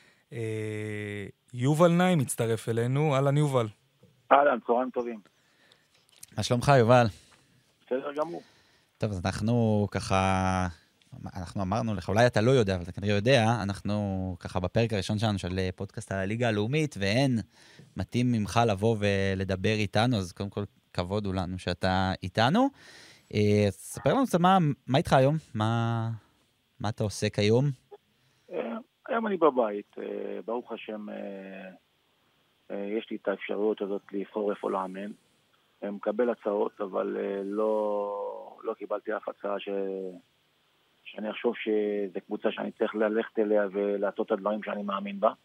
יובל נאי מצטרף אלינו, אהלן יובל. אהלן, צהריים טובים. מה שלומך, יובל? בסדר גמור. טוב, אז אנחנו ככה, אנחנו אמרנו לך, אולי אתה לא יודע, אבל אתה כנראה יודע, אנחנו ככה בפרק הראשון שלנו של פודקאסט על הליגה הלאומית, ואין מתאים ממך לבוא ולדבר איתנו, אז קודם כל כבוד הוא לנו שאתה איתנו. ספר לנו קצת מה איתך היום? מה אתה עושה כיום? היום אני בבית, ברוך השם, יש לי את האפשרויות הזאת לבחור איפה לאמן. מקבל הצעות, אבל לא קיבלתי אף הצעה שאני אחשוב שזו קבוצה שאני צריך ללכת אליה ולעשות את הדברים שאני מאמין בה.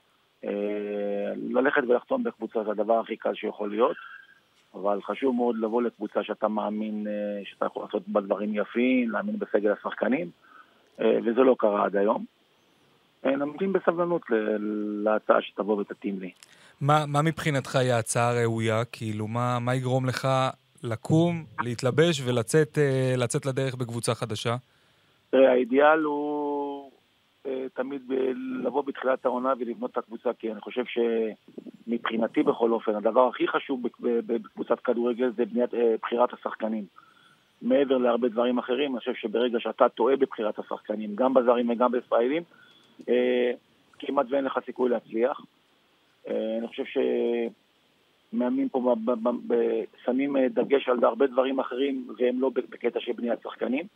ללכת ולחתום בקבוצה זה הדבר הכי קל שיכול להיות, אבל חשוב מאוד לבוא לקבוצה שאתה מאמין שאתה יכול לעשות בה דברים יפים, להאמין בסגל השחקנים, וזה לא קרה עד היום. נמתין בסבלנות להצעה שתבוא ותתאים לי. מה מבחינתך היא ההצעה הראויה? כאילו, מה יגרום לך לקום, להתלבש ולצאת לדרך בקבוצה חדשה? האידיאל הוא תמיד לבוא בתחילת העונה ולבנות את הקבוצה, כי אני חושב שמבחינתי בכל אופן, הדבר הכי חשוב בקבוצת כדורגל זה בחירת השחקנים. מעבר להרבה דברים אחרים, אני חושב שברגע שאתה טועה בבחירת השחקנים, גם בזרים וגם בישראלים, כמעט ואין לך סיכוי להצליח. אני חושב שמאמנים פה שמים דגש על הרבה דברים אחרים, והם לא בקטע של בניית שחקנים.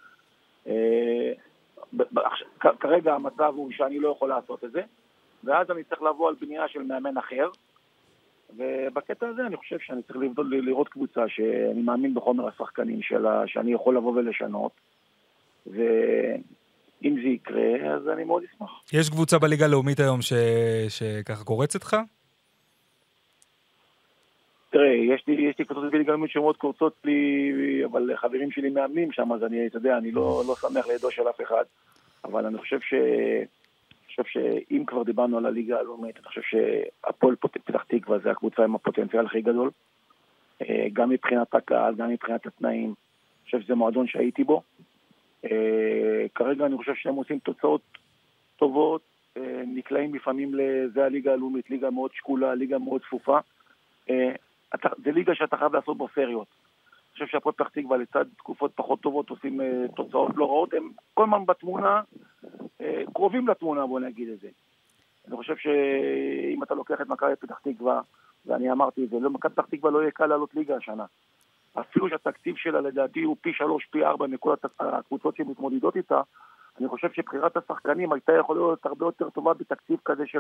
כרגע המצב הוא שאני לא יכול לעשות את זה, ואז אני צריך לבוא על בנייה של מאמן אחר, ובקטע הזה אני חושב שאני צריך לראות קבוצה שאני מאמין בחומר השחקנים שלה, שאני יכול לבוא ולשנות, ואם זה יקרה, אז אני מאוד אשמח. יש קבוצה בליגה הלאומית היום שככה קורצת לך? תראה, יש לי קבוצות בליגה הלאומית שמאוד קורצות לי, אבל חברים שלי מאמנים שם, אז אתה יודע, אני לא שמח לידו של אף אחד, אבל אני חושב שאם כבר דיברנו על הליגה הלאומית, אני חושב שהפועל פתח תקווה זה הקבוצה עם הפוטנציאל הכי גדול, גם מבחינת הקהל, גם מבחינת התנאים. אני חושב שזה מועדון שהייתי בו. כרגע אני חושב שהם עושים תוצאות טובות, נקלעים לפעמים לזה הליגה הלאומית, ליגה מאוד שקולה, ליגה מאוד צפופה. זה ליגה שאתה חייב לעשות בו סריות. אני חושב שהפועל פתח תקווה לצד תקופות פחות טובות עושים תוצאות לא רעות, הם כל הזמן בתמונה, קרובים לתמונה, בוא נגיד את זה. אני חושב שאם אתה לוקח את מכבי פתח תקווה, ואני אמרתי את זה, מכבי פתח תקווה לא יהיה קל לעלות ליגה השנה. אפילו שהתקציב שלה לדעתי הוא פי 3, פי 4 מכל הקבוצות שמתמודדות איתה, אני חושב שבחירת השחקנים הייתה יכולה להיות הרבה יותר טובה בתקציב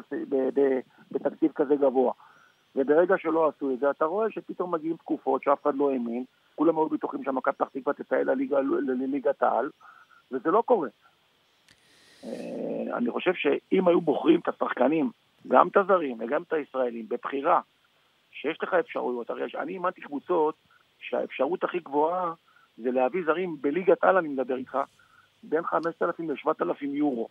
כזה גבוה. וברגע שלא עשו את זה, אתה רואה שפתאום מגיעים תקופות שאף אחד לא האמין, כולם מאוד בטוחים שהמכבי פתח תקווה תטייל לליגת העל, וזה לא קורה. אני חושב שאם היו בוחרים את השחקנים, גם את הזרים וגם את הישראלים, בבחירה, שיש לך אפשרויות, הרי אני אימנתי קבוצות שהאפשרות הכי גבוהה זה להביא זרים בליגת העל, אני מדבר איתך, בין 5,000 ל-7,000 יורו,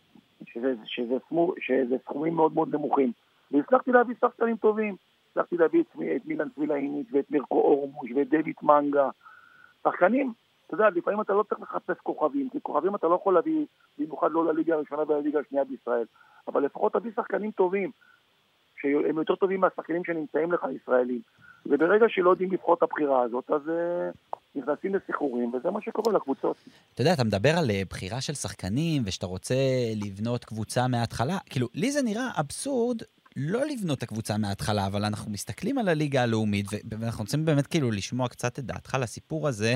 שזה סכומים מאוד מאוד נמוכים. והצלחתי להביא שחקנים טובים, הצלחתי להביא את מילן צבילאינית ואת מירקו אורמוש ואת דויד מנגה. שחקנים, אתה יודע, לפעמים אתה לא צריך לחפש כוכבים, כי כוכבים אתה לא יכול להביא, במיוחד לא לליגה הראשונה ולליגה השנייה בישראל, אבל לפחות תביא שחקנים טובים, שהם יותר טובים מהשחקנים שנמצאים לך ישראלים. וברגע שלא יודעים לבחור את הבחירה הזאת, אז נכנסים לסחרורים, וזה מה שקורה לקבוצות. אתה יודע, אתה מדבר על בחירה של שחקנים, ושאתה רוצה לבנות קבוצה מההתחלה. כאילו, לי זה נראה אבסורד לא לבנות את הקבוצה מההתחלה, אבל אנחנו מסתכלים על הליגה הלאומית, ואנחנו רוצים באמת כאילו לשמוע קצת את דעתך לסיפור הזה.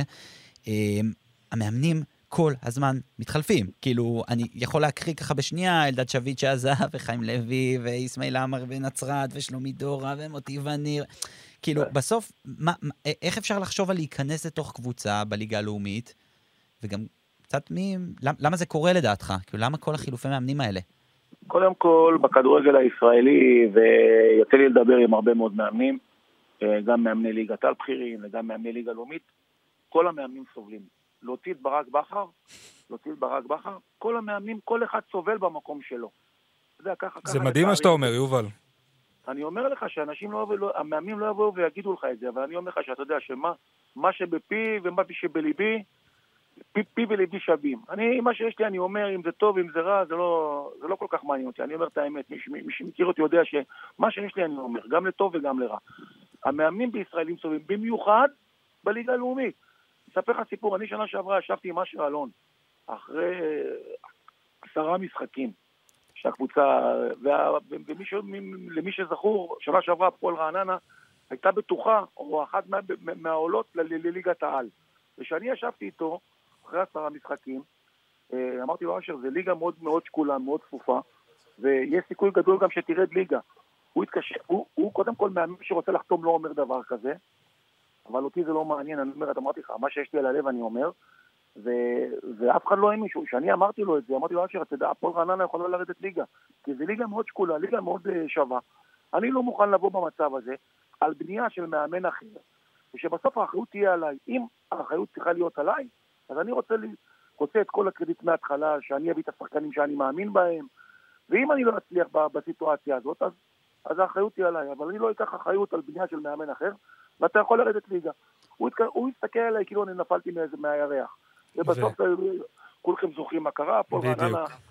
המאמנים כל הזמן מתחלפים. כאילו, אני יכול להקריא ככה בשנייה, אלדד שביט שעזב, וחיים לוי, ויסמעיל עמר ונצרת, ושלומי דורה, ומוטי וניר. כאילו, בסוף, איך אפשר לחשוב על להיכנס לתוך קבוצה בליגה הלאומית, וגם קצת למה זה קורה לדעתך? כאילו, למה כל החילופי מאמנים האלה? קודם כל, בכדורגל הישראלי, ויוצא לי לדבר עם הרבה מאוד מאמנים, גם מאמני ליגת העל בכירים, וגם מאמני ליגה לאומית, כל המאמנים סובלים. להוציא את ברק בכר, כל המאמנים, כל אחד סובל במקום שלו. זה מדהים מה שאתה אומר, יובל. אני אומר לך המאמנים לא יבואו ויגידו לך את זה, אבל אני אומר לך שאתה יודע שמה שבפי ומה שבליבי, פי וליבי שווים. מה שיש לי אני אומר, אם זה טוב, אם זה רע, זה לא כל כך מעניין אותי. אני אומר את האמת, מי שמכיר אותי יודע שמה שיש לי אני אומר, גם לטוב וגם לרע. המאמנים בישראלים סובלים, במיוחד בליגה הלאומית. אספר לך סיפור, אני שנה שעברה ישבתי עם אשר אלון, אחרי 10 משחקים שהקבוצה, ולמי שזכור, שנה שעברה הפועל רעננה הייתה בטוחה, או אחת מהעולות לליגת העל. ושאני ישבתי איתו, אחרי 10 משחקים, אמרתי לו, אשר, זה ליגה מאוד מאוד שקולה, מאוד צפופה, ויש סיכוי גדול גם שתרד ליגה. הוא קודם כל מאמין שרוצה לחתום לא אומר דבר כזה, אבל אותי זה לא מעניין, אני אומר, אמרתי לך, מה שיש לי על הלב אני אומר, ואף אחד לא האמין מישהו, שאני אמרתי לו את זה, אמרתי לו, אשר, אתה יודע, הפועל רעננה יכולה לרדת ליגה, כי זה ליגה מאוד שקולה, ליגה מאוד שווה. אני לא מוכן לבוא במצב הזה, על בנייה של מאמן אחר, ושבסוף האחריות תהיה עליי. אם האחריות צריכה להיות עליי, אז אני רוצה את כל הקרדיט מההתחלה, שאני אביא את השחקנים שאני מאמין בהם, ואם אני לא אצליח בסיטואציה הזאת, אז האחריות תהיה עליי, אבל אני לא אקח אחריות על בנייה של מאמן אחר, ואתה יכול לרדת ליגה. הוא יסתכל עליי כאילו אני נפלתי מהירח. ובסוף כולכם זוכרים מה קרה, הפועל רעננה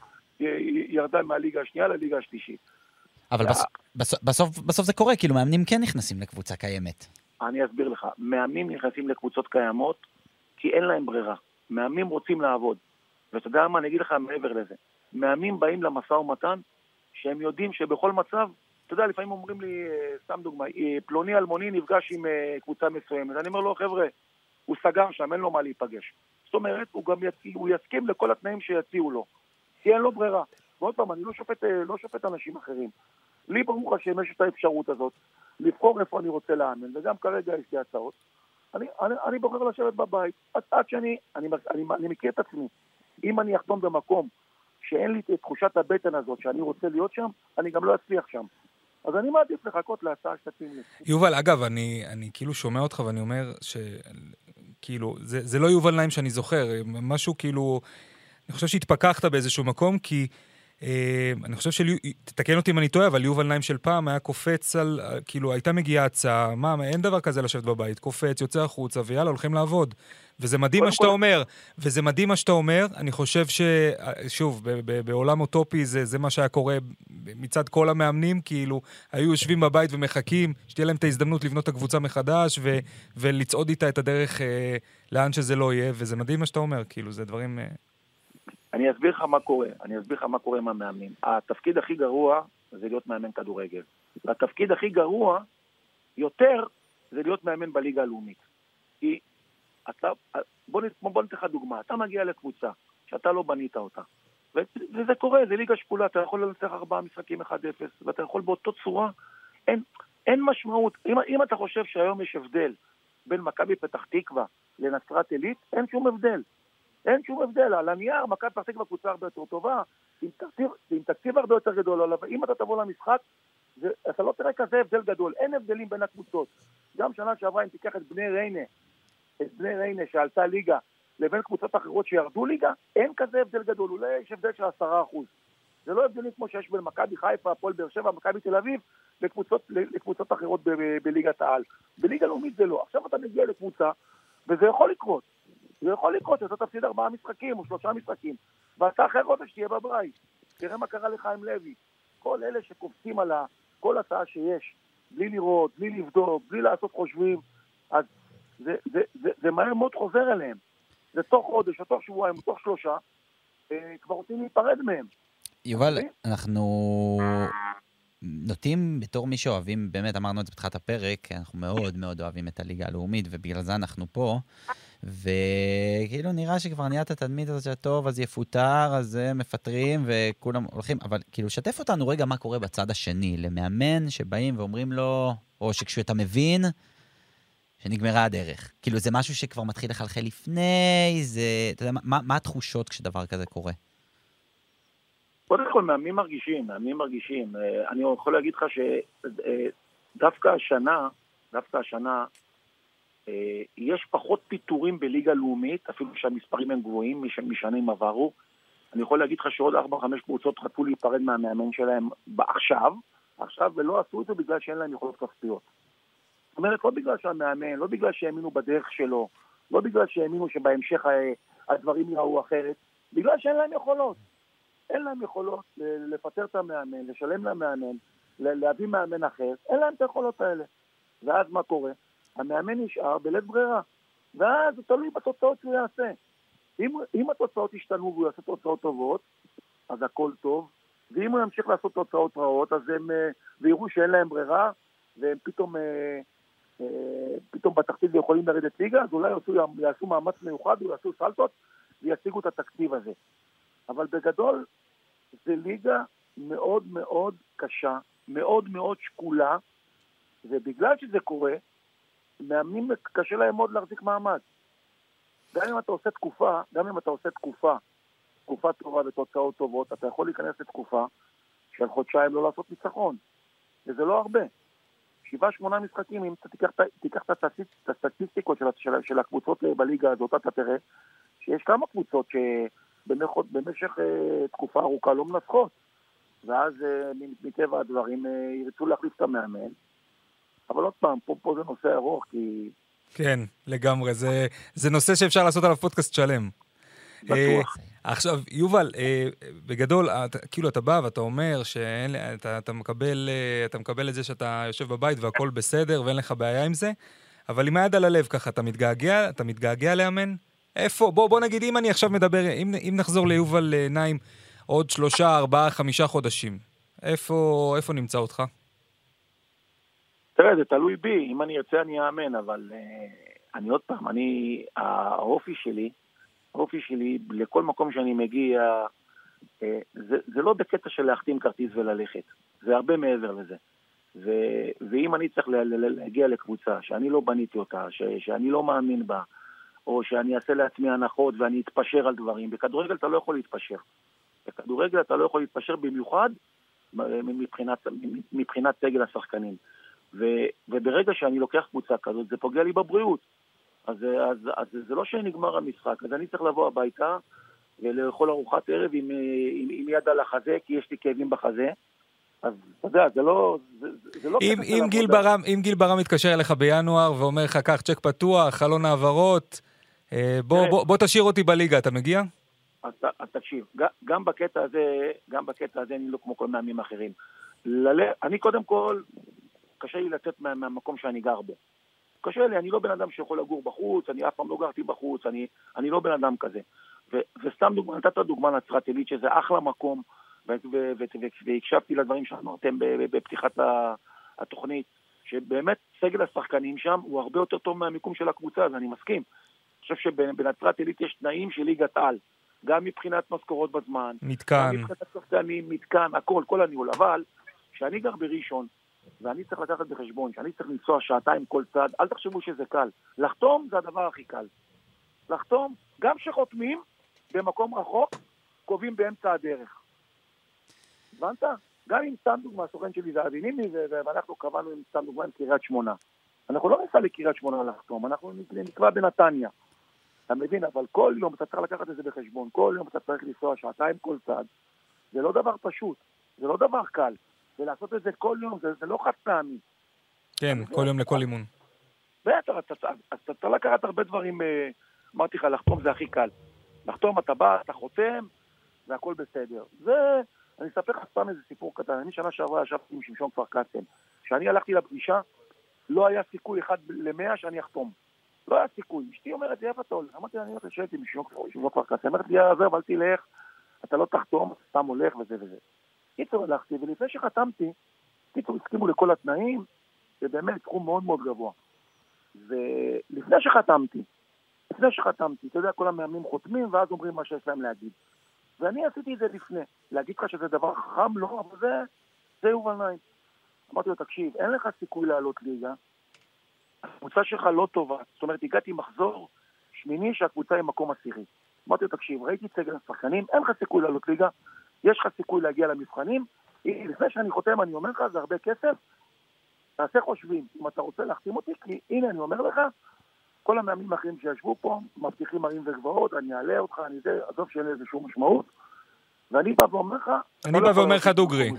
ירדה מהליגה השנייה לליגה השלישית. אבל בסוף זה קורה, כאילו מאמנים כן נכנסים לקבוצה קיימת. אני אסביר לך, מאמנים נכנסים לקבוצות קיימות, כי אין להם ברירה. מאמנים רוצים לעבוד. ואתה יודע מה, אני אגיד לך מעבר לזה. מאמנים באים למשא ומתן, שהם יודעים שבכל מצב, אתה יודע, לפעמים אומרים לי, סתם דוגמה, פלוני אלמוני נפגש עם קבוצה מסוימת. אני אומר לו, חבר'ה, הוא סגר שם, אין לו מה להיפגש. זאת אומרת, הוא יסכים לכל התנאים שיציעו לו. כי אין לו ברירה. ועוד פעם, אני לא שופט אנשים אחרים. לי ברוך השם יש את האפשרות הזאת, לבחור איפה אני רוצה לאמן, וגם כרגע יש לי הצעות. אני בוחר לשבת בבית, עד שאני מכיר את עצמי. אם אני אחתום במקום שאין לי את תחושת הבטן הזאת שאני רוצה להיות שם, אני גם לא אצליח שם. אז אני מעדיף לחכות להצעה שתתאים לי. יובל, אגב, אני כאילו שומע אותך ואני אומר כאילו, זה לא יובל נעים שאני זוכר, משהו כאילו, אני חושב שהתפכחת באיזשהו מקום, כי אני חושב תתקן אותי אם אני טועה, אבל יובל נעים של פעם היה קופץ על, כאילו, הייתה מגיעה הצעה, אין דבר כזה לשבת בבית, קופץ, יוצא החוצה, ויאללה, הולכים לעבוד. וזה מדהים מה שאתה אומר, אני חושב שוב, בעולם אוטופי זה מה שהיה קורה מצד כל המאמנים, כאילו, היו יושבים בבית ומחכים, שתהיה להם את ההזדמנות לבנות את הקבוצה מחדש, ולצעוד איתה את הדרך לאן שזה לא יהיה, וזה מדהים מה שאתה אומר, כאילו, זה דברים... אני אסביר לך מה קורה עם המאמנים. התפקיד הכי גרוע זה להיות מאמן כדורגל. והתפקיד הכי גרוע יותר זה להיות מאמן בליגה הלאומית. כי בוא ניתן לך דוגמה, אתה מגיע לקבוצה שאתה לא בנית אותה. וזה קורה, זה ליגה שקולה, אתה יכול לנצח 4 משחקים 1-0, ואתה יכול באותו צורה, אין משמעות. אם אתה חושב שהיום יש הבדל בין מכבי פתח תקווה לנצרת עילית, אין שום הבדל. על הנייר, מכבי פתח תקווה קבוצה הרבה יותר טובה, עם תקציב הרבה יותר גדול, אבל אם אתה תבוא למשחק, אתה לא תראה כזה הבדל גדול, אין הבדלים בין הקבוצות. גם שנה שעברה, אם תיקח את בני ריינה שעלתה ליגה, לבין קבוצות אחרות שירדו ליגה, אין כזה הבדל גדול, אולי יש הבדל של 10%. זה לא הבדלים כמו שיש בין מכבי חיפה, הפועל באר שבע, מכבי תל אביב, לקבוצות אחרות בליגת העל. בליגה לאומית זה לא. עכשיו אתה מגיע לקבוצה, וזה יכול לקרות. שאתה תפסיד 4 משחקים או 3 משחקים, ואתה אחרי חודש תהיה בבית. תראה מה קרה לחיים לוי. כל אלה שקופצים על כל הצעה שיש, בלי לראות, בלי לבדוק, בלי לעשות חושבים, אז זה מהר מאוד חוזר אליהם. זה תוך חודש, או תוך שבועיים, או תוך 3, כבר רוצים להיפרד מהם. יובל, אנחנו נוטים בתור מי שאוהבים, באמת אמרנו את זה בתחילת הפרק, אנחנו מאוד מאוד אוהבים את הליגה הלאומית, ובגלל זה אנחנו פה, וכאילו נראה שכבר נהיית התדמית הזאת שטוב, אז יפוטר, אז מפטרים, וכולם הולכים, אבל כאילו שתף אותנו רגע מה קורה בצד השני, למאמן שבאים ואומרים לו, או שכשאתה מבין, שנגמרה הדרך. כאילו זה משהו שכבר מתחיל לחלחל לפני, זה, אתה יודע, מה התחושות כשדבר כזה קורה? קודם כל, מאמנים מרגישים. אני יכול להגיד לך שדווקא השנה, יש פחות פיטורים בליגה לאומית, אפילו שהמספרים הם גבוהים משנים עברו. אני יכול להגיד לך שעוד 4-5 קבוצות רצו להיפרד מהמאמן שלהם עכשיו, ולא עשו את זה בגלל שאין להם יכולות כספיות. זאת אומרת, לא בגלל שהמאמן, לא בגלל שהאמינו בדרך שלו, לא בגלל שהאמינו שבהמשך הדברים יראו אחרת, בגלל שאין להם יכולות. אין להם יכולות לפטר את המאמן, לשלם למאמן, להביא מאמן אחר, אין להם את היכולות האלה. ואז מה קורה? המאמן נשאר בלית ברירה, ואז זה תלוי בתוצאות שהוא יעשה. אם התוצאות ישתנו והוא יעשה תוצאות טובות, אז הכל טוב, ואם הוא ימשיך לעשות תוצאות רעות, אז הם ויראו שאין להם ברירה, והם פתאום בתחתית ויכולים לרדת ליגה, אז אולי יעשו מאמץ מיוחד, יעשו סלטות, וישיגו את התקציב הזה. אבל בגדול, זה ליגה מאוד מאוד קשה, מאוד מאוד שקולה, ובגלל שזה קורה, מאמנים קשה להם מאוד להחזיק מעמד. גם אם אתה עושה תקופה טובה ותוצאות טובות, אתה יכול להיכנס לתקופה של חודשיים לא לעשות ניצחון. וזה לא הרבה. 7-8 משחקים, אם אתה תיקח את הסטטיסטיקות של הקבוצות בליגה הזאת, אתה תראה שיש כמה קבוצות שבמשך תקופה ארוכה לא מנצחות. ואז מטבע הדברים ירצו להחליף את המאמן. אבל עוד פעם, פה זה נושא ארוך, כי... כן, לגמרי. זה נושא שאפשר לעשות עליו פודקאסט שלם. בטוח. עכשיו, יובל, בגדול, כאילו אתה בא ואתה אומר שאתה מקבל את זה שאתה יושב בבית והכל בסדר ואין לך בעיה עם זה, אבל עם היד על הלב ככה, אתה מתגעגע לאמן? איפה? בוא נגיד, אם אני עכשיו מדבר, אם נחזור ליובל נעים עוד 3, 4, 5 חודשים, איפה נמצא אותך? תראה, זה תלוי בי, אם אני ארצה אני אאמן, אבל אני עוד פעם, האופי שלי, לכל מקום שאני מגיע, זה לא בקטע של להחתים כרטיס וללכת, זה הרבה מעבר לזה. ואם אני צריך להגיע לקבוצה שאני לא בניתי אותה, שאני לא מאמין בה, או שאני אעשה לעצמי הנחות ואני אתפשר על דברים, בכדורגל אתה לא יכול להתפשר. בכדורגל אתה לא יכול להתפשר במיוחד מבחינת סגל השחקנים. וברגע שאני לוקח קבוצה כזאת, זה פוגע לי בבריאות. אז זה לא שנגמר המשחק, אז אני צריך לבוא הביתה ולאכול ארוחת ערב עם יד על החזה, כי יש לי כאבים בחזה. אז אתה יודע, זה לא... אם גיל ברם מתקשר אליך בינואר ואומר לך, קח צ'ק פתוח, חלון העברות, בוא תשאיר אותי בליגה, אתה מגיע? אז תקשיב, גם בקטע הזה אני לא כמו כל מאמנים אחרים. אני קודם כל, קשה לי לצאת מהמקום שאני גר בו. קשה לי, אני לא בן אדם שיכול לגור בחוץ, אני אף פעם לא גרתי בחוץ, אני לא בן אדם כזה. וסתם דוגמה, נתת דוגמה נצרת עילית, שזה אחלה מקום, והקשבתי לדברים שאמרתם בפתיחת התוכנית, שבאמת סגל השחקנים שם הוא הרבה יותר טוב מהמיקום של הקבוצה, אז אני מסכים. אני חושב שבנצרת עילית יש תנאים של ליגת על, גם מבחינת משכורות בזמן, מתקן, גם מבחינת שחקנים, מתקן, הכל, כל הניהול. אבל כשאני גר בראשון, ואני צריך לקחת בחשבון, שאני צריך לנסוע 2 שעתיים כל צד, אל תחשבו שזה קל. לחתום זה הדבר הכי קל. לחתום, גם שחותמים במקום רחוק, קובעים באמצע הדרך. הבנת? גם עם סתם דוגמה, הסוכן שלי זה עדינים מזה, ואנחנו קבענו עם סתם דוגמה עם קריית שמונה. אנחנו לא נסע לקריית שמונה לחתום, אנחנו נקבע בנתניה. אתה מבין? אבל כל יום אתה צריך לקחת את זה בחשבון, כל יום אתה צריך לנסוע 2 שעתיים כל צד. זה לא דבר פשוט, זה לא דבר קל. ולעשות את זה כל יום, זה לא חד פעמי. כן, כל יום לכל אימון. בטח, אתה צריך לקחת הרבה דברים, אמרתי לך, לחתום זה הכי קל. לחתום, אתה בא, אתה חותם, והכל בסדר. אני אספר לך פעם איזה סיפור קטן. אני שנה שעברה ישבתי עם שמשון כפר קאסם. כשאני הלכתי לפגישה, לא היה סיכוי 1 ל-100 שאני אחתום. לא היה סיכוי. אשתי אומרת לי, איפה אתה הולך? אמרתי לה, אני הולך לשבת עם שמשון כפר קאסם. אמרת לי, עזוב, אל תלך, אתה לא תחתום, אתה סתם הולך וזה וזה. קיצור הלכתי, ולפני שחתמתי, הסכימו לכל התנאים, זה באמת תחום מאוד מאוד גבוה. ולפני שחתמתי, אתה יודע, כל המאמנים חותמים, ואז אומרים מה שיש להם להגיד. ואני עשיתי את זה לפני. להגיד לך שזה דבר חכם, לא, אבל זה יובל נעים. אמרתי לו, תקשיב, אין לך סיכוי לעלות ליגה, הקבוצה שלך לא טובה, זאת אומרת, הגעתי מחזור שמיני שהקבוצה היא מקום 10. אמרתי לו, תקשיב, ראיתי סגל השחקנים, אין לך סיכוי לעלות ליגה, יש לך סיכוי להגיע למבחנים, לפני שאני חותם אני אומר לך, זה הרבה כסף, תעשה חושבים, אם אתה רוצה להחתים אותי, כי הנה אני אומר לך, כל המאמנים האחרים שישבו פה, מבטיחים מרים וגבעות, אני אעלה אותך, עזוב שאין איזשהו משמעות, ואני בא ואומר לך... אני בא ואומר לך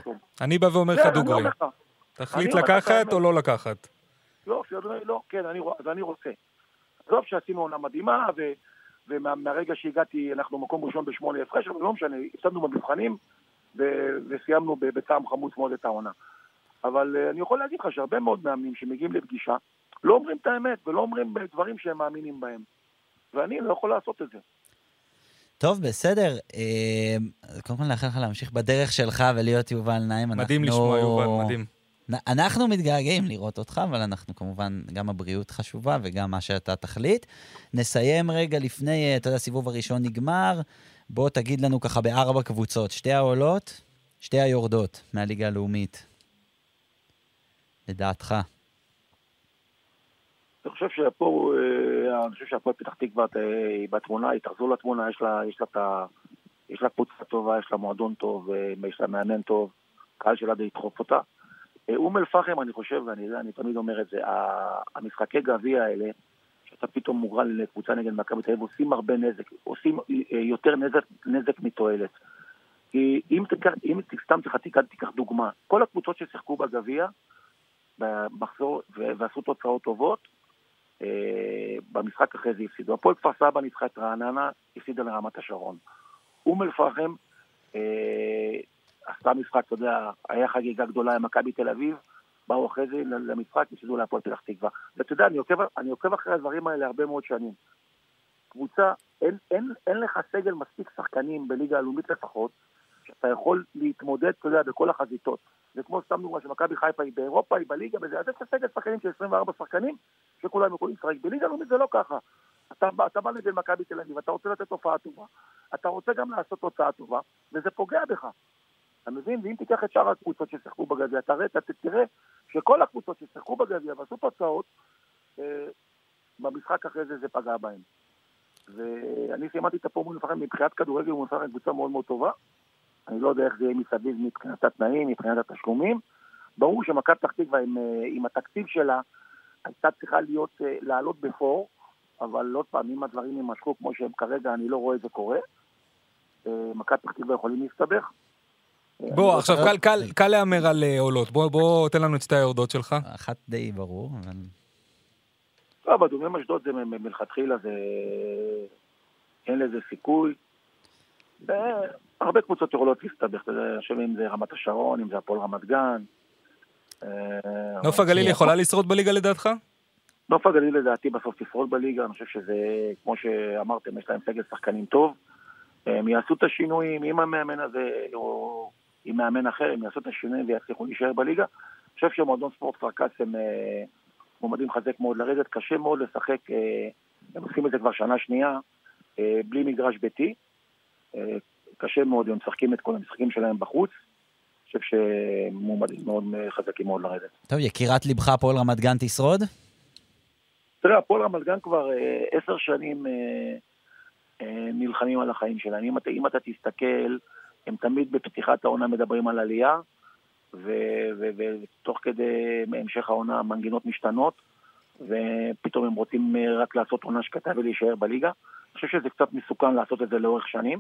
דוגרי. תחליט לקחת או לא לקחת? לא, כן, אז אני רוצה. עזוב שעשינו עונה מדהימה, ומהרגע שהגעתי, אנחנו מקום ראשון ב8 הפרש, אבל לא משנה, הפסדנו במבחנים, וסיימנו בטעם חמוץ מאוד את העונה. אבל אני יכול להגיד לך שהרבה מאוד מאמנים שמגיעים לפגישה, לא אומרים את האמת, ולא אומרים דברים שהם מאמינים בהם. ואני לא יכול לעשות את זה. טוב, בסדר. קודם כל נאחל לך להמשיך בדרך שלך ולהיות יובל נעים. מדהים לשמוע יובל, מדהים. אנחנו מתגעגעים לראות אותך, אבל אנחנו כמובן, גם הבריאות חשובה וגם מה שאתה תחליט. נסיים רגע לפני, אתה יודע, הסיבוב הראשון נגמר. בוא תגיד לנו ככה ב4 קבוצות, 2 העולות, 2 היורדות מהליגה הלאומית. לדעתך. אני חושב שהפועל פתח תקווה היא בתמונה, היא תחזור לתמונה, יש לה קבוצה טובה, יש לה מועדון טוב, יש לה מאמן טוב, קהל שלה די ידחוף אותה. אום אל-פחם, אני חושב, ואני תמיד אומר את זה, המשחקי גביע האלה, שאתה פתאום מוגרל לקבוצה נגד מכבי תל אביב, עושים הרבה נזק, עושים יותר נזק מתועלת. כי אם סתם תיקח דוגמה, כל הקבוצות ששיחקו בגביע, במחזור, ועשו תוצאות טובות, במשחק אחרי זה הפסידו. הפועל כפר סבא ניצחה את רעננה, הפסידה לרמת השרון. אום אל-פחם עשתה משחק, אתה יודע, היה חגיגה גדולה עם מכבי תל אביב, באו אחרי זה למשחק, ישדו להפועל פתח תקווה. ואתה יודע, אני עוקב אחרי הדברים האלה הרבה מאוד שנים. קבוצה, אין לך סגל מספיק שחקנים בליגה הלאומית לפחות, שאתה יכול להתמודד, אתה יודע, בכל החזיתות. זה כמו סתם דוגמה שמכבי חיפה היא באירופה, היא בליגה, וזה אז יש סגל שחקנים של 24 שחקנים, שכולם יכולים לשחק. בליגה הלאומית זה לא ככה. אתה בא נגד מכבי תל אביב, אתה רוצה לתת תופעה טובה, אתה רוצה גם לעשות תוצאה טובה, וזה פוגע בך. אתה מבין? ואם תיקח את שאר הקבוצות ששיחקו בגביע, אתה תראה שכל הקבוצות ששיחקו בגביע ועשו תוצאות, במשחק אחרי זה פגע בהם. ואני סיימתי את הפורמול לפחד מבחינת כדורגל, הוא מפחד קבוצה מאוד מאוד טובה. אני לא יודע איך זה יהיה מסביב מבחינת התנאים, מבחינת התשלומים. ברור שמכבי פתח תקווה עם התקציב שלה, הייתה צריכה לעלות בפור, אבל לא פעם, אם הדברים יימשכו כמו שהם כרגע, אני לא רואה את זה קורה. מכבי פתח תקווה יכולים להסתבך. בוא, עכשיו קל להמר על עולות. בוא תן לנו את שתי היורדות שלך. אחת די ברור, אבל... לא, בדומים אשדוד זה מלכתחילה, אין לזה סיכוי. הרבה קבוצות יכולות להסתבך, אתה יודע, אם זה רמת השרון, אם זה הפועל רמת גן. נוף הגליל יכולה לשרוד בליגה לדעתך? נוף הגליל לדעתי בסוף תשרוד בליגה, אני חושב שזה, כמו שאמרתם, יש להם סגל שחקנים טוב. הם יעשו את השינויים, אם המאמן הזה או עם מאמן אחר, הם יעשו את השינויים ויצליחו להישאר בליגה. אני חושב שמועדון ספורט כפר קאסם מועמדים חזק מאוד לרדת, קשה מאוד לשחק, הם עושים את זה כבר שנה שנייה, בלי מגרש ביתי, קשה מאוד, הם משחקים את כל המשחקים שלהם בחוץ, אני חושב שמועמדים מאוד חזקים מאוד לרדת. טוב, יקירת לבך הפועל רמת גן תשרוד? תראה, הפועל רמת גן כבר 10 שנים נלחמים על החיים שלהם. אם אתה תסתכל, הם תמיד בפתיחת העונה מדברים על עלייה, ותוך כדי המשך העונה מנגינות משתנות, ופתאום הם רוצים רק לעשות עונה שקטה ולהישאר בליגה. אני חושב שזה קצת מסוכן לעשות את זה לאורך שנים.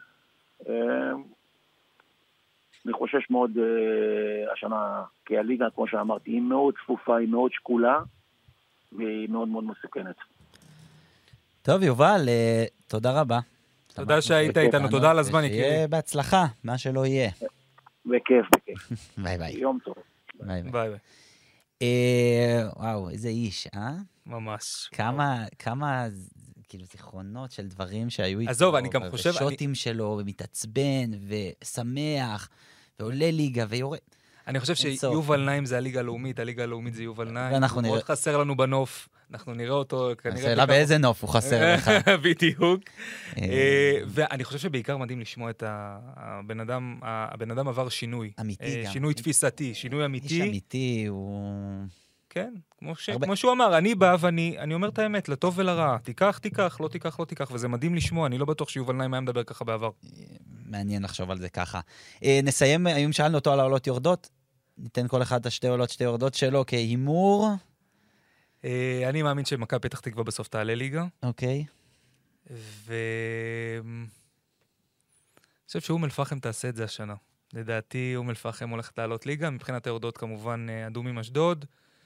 אני חושש מאוד השנה, כי הליגה, כמו שאמרתי, היא מאוד צפופה, היא מאוד שקולה, והיא מאוד מאוד מסוכנת. טוב, יובל, תודה רבה. תודה שהיית איתנו, תודה על הזמן, יקירי. שיהיה בהצלחה, מה שלא יהיה. בכיף. ביי ביי. יום טוב. ביי ביי. וואו, איזה איש, ממש. כמה כאילו זיכרונות של דברים שהיו איתו. עזוב, אני גם חושב... ושוטים שלו, ומתעצבן, ושמח, ועולה ליגה, ויורד. אני חושב שיובל נעים זה הליגה הלאומית, הליגה הלאומית זה יובל נעים. ואנחנו נראה... מאוד חסר לנו בנוף, אנחנו נראה אותו כנראה... השאלה באיזה נוף הוא חסר לך. בדיוק. ואני חושב שבעיקר מדהים לשמוע את הבן אדם עבר שינוי. אמיתי גם. שינוי תפיסתי, שינוי אמיתי. איש אמיתי, הוא... כן, כמו שהוא אמר, אני בא ואני אומר את האמת, לטוב ולרע. תיקח, לא תיקח, וזה מדהים לשמוע, אני לא בטוח שיובל נעים היה מדבר ככה בעבר. מעניין לחשוב על זה ככה. נסיים, היום שאלנו אותו על העולות יורדות, ניתן כל אחד את השתי עולות, שתי יורדות שלו כהימור. אני מאמין שמכבי פתח תקווה בסוף תעלה ליגה. אוקיי. אני חושב שאום אל-פחם תעשה את זה השנה. לדעתי אום אל-פחם הולכת לעלות ליגה, מבחינת היורדות כמובן אדומים אשדוד.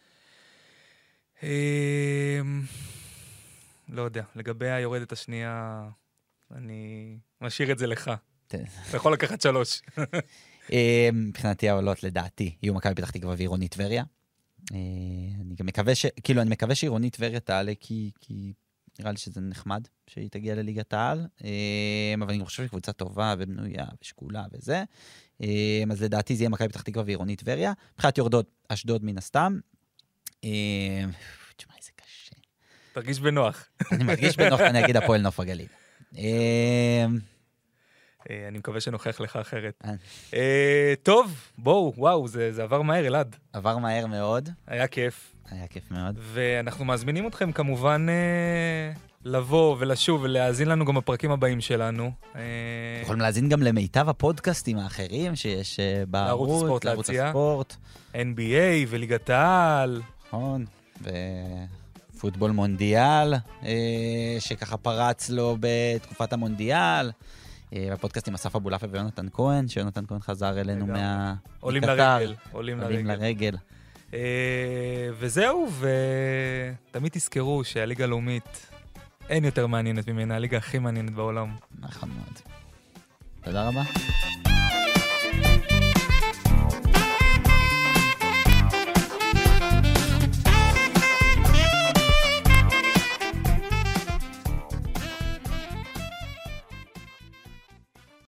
לא יודע, לגבי היורדת השנייה, אני משאיר את זה לך. אתה יכול לקחת 3. מבחינתי העולות לדעתי יהיו מכבי פתח תקווה ועירונית טבריה. אני גם מקווה אני מקווה שעירונית טבריה תעלה, כי נראה לי שזה נחמד שהיא תגיע לליגת העל, אבל אני חושב שקבוצה טובה ובנויה ושקולה וזה. אז לדעתי זה יהיה מכבי פתח תקווה ועירונית טבריה. מבחינת יורדות אשדוד מן הסתם. תשמע, איזה קשה. תרגיש בנוח. אני מרגיש בנוח, אני אגיד הפועל נוף הגליל. אני מקווה שנוכח לך אחרת. טוב, בואו, וואו, זה עבר מהר, אלעד. עבר מהר מאוד. היה כיף. היה כיף מאוד. ואנחנו מזמינים אתכם כמובן לבוא ולשוב ולהאזין לנו גם בפרקים הבאים שלנו. יכולים להאזין גם למיטב הפודקאסטים האחרים שיש בערוץ, לערוץ הספורט. NBA וליגת העל. נכון, ופוטבול מונדיאל, שככה פרץ לו בתקופת המונדיאל. הפודקאסט עם אסף אבולאפה ויונתן כהן, שיונתן כהן חזר אלינו מקטר. עולים לרגל. וזהו, ותמיד תזכרו שהליגה הלאומית אין יותר מעניינת ממנה, הליגה הכי מעניינת בעולם. נכון מאוד. תודה רבה.